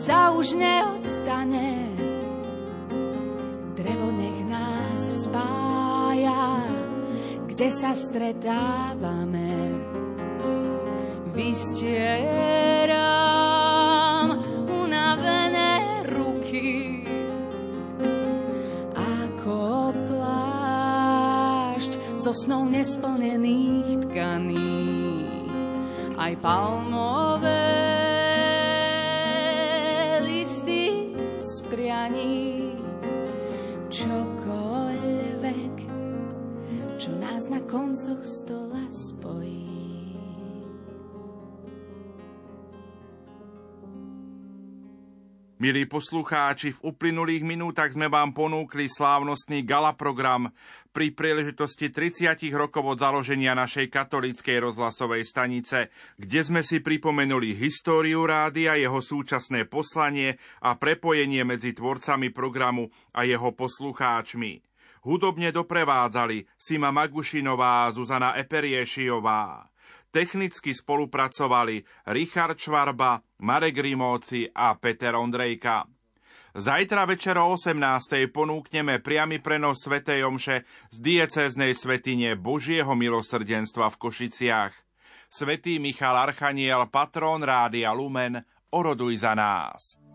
[SPEAKER 10] sa už neodstane. Drevo nech nás spája, kde sa stretávame. Vystieram unavené ruky ako plášť zo snov nesplnených tkaní. Aj palmové listy z prianí, čokoľvek, čo nás na koncoch stola spojí.
[SPEAKER 1] Milí poslucháči, v uplynulých minútach sme vám ponúkli slávnostný gala program pri príležitosti 30 rokov od založenia našej katolíckej rozhlasovej stanice, kde sme si pripomenuli históriu rádia, jeho súčasné poslanie a prepojenie medzi tvorcami programu a jeho poslucháčmi. Hudobne doprevádzali Sima Magušinová a Zuzana Eperiešiová. Technicky spolupracovali Richard Švarba, Marek Rimóci a Peter Ondrejka. Zajtra večer o 18:00 ponúkneme priamy prenos svätej omše z diecéznej svätyne Božieho milosrdenstva v Košiciach. Svätý Michal Archaniel, patrón Rádia Lumen, oroduj za nás.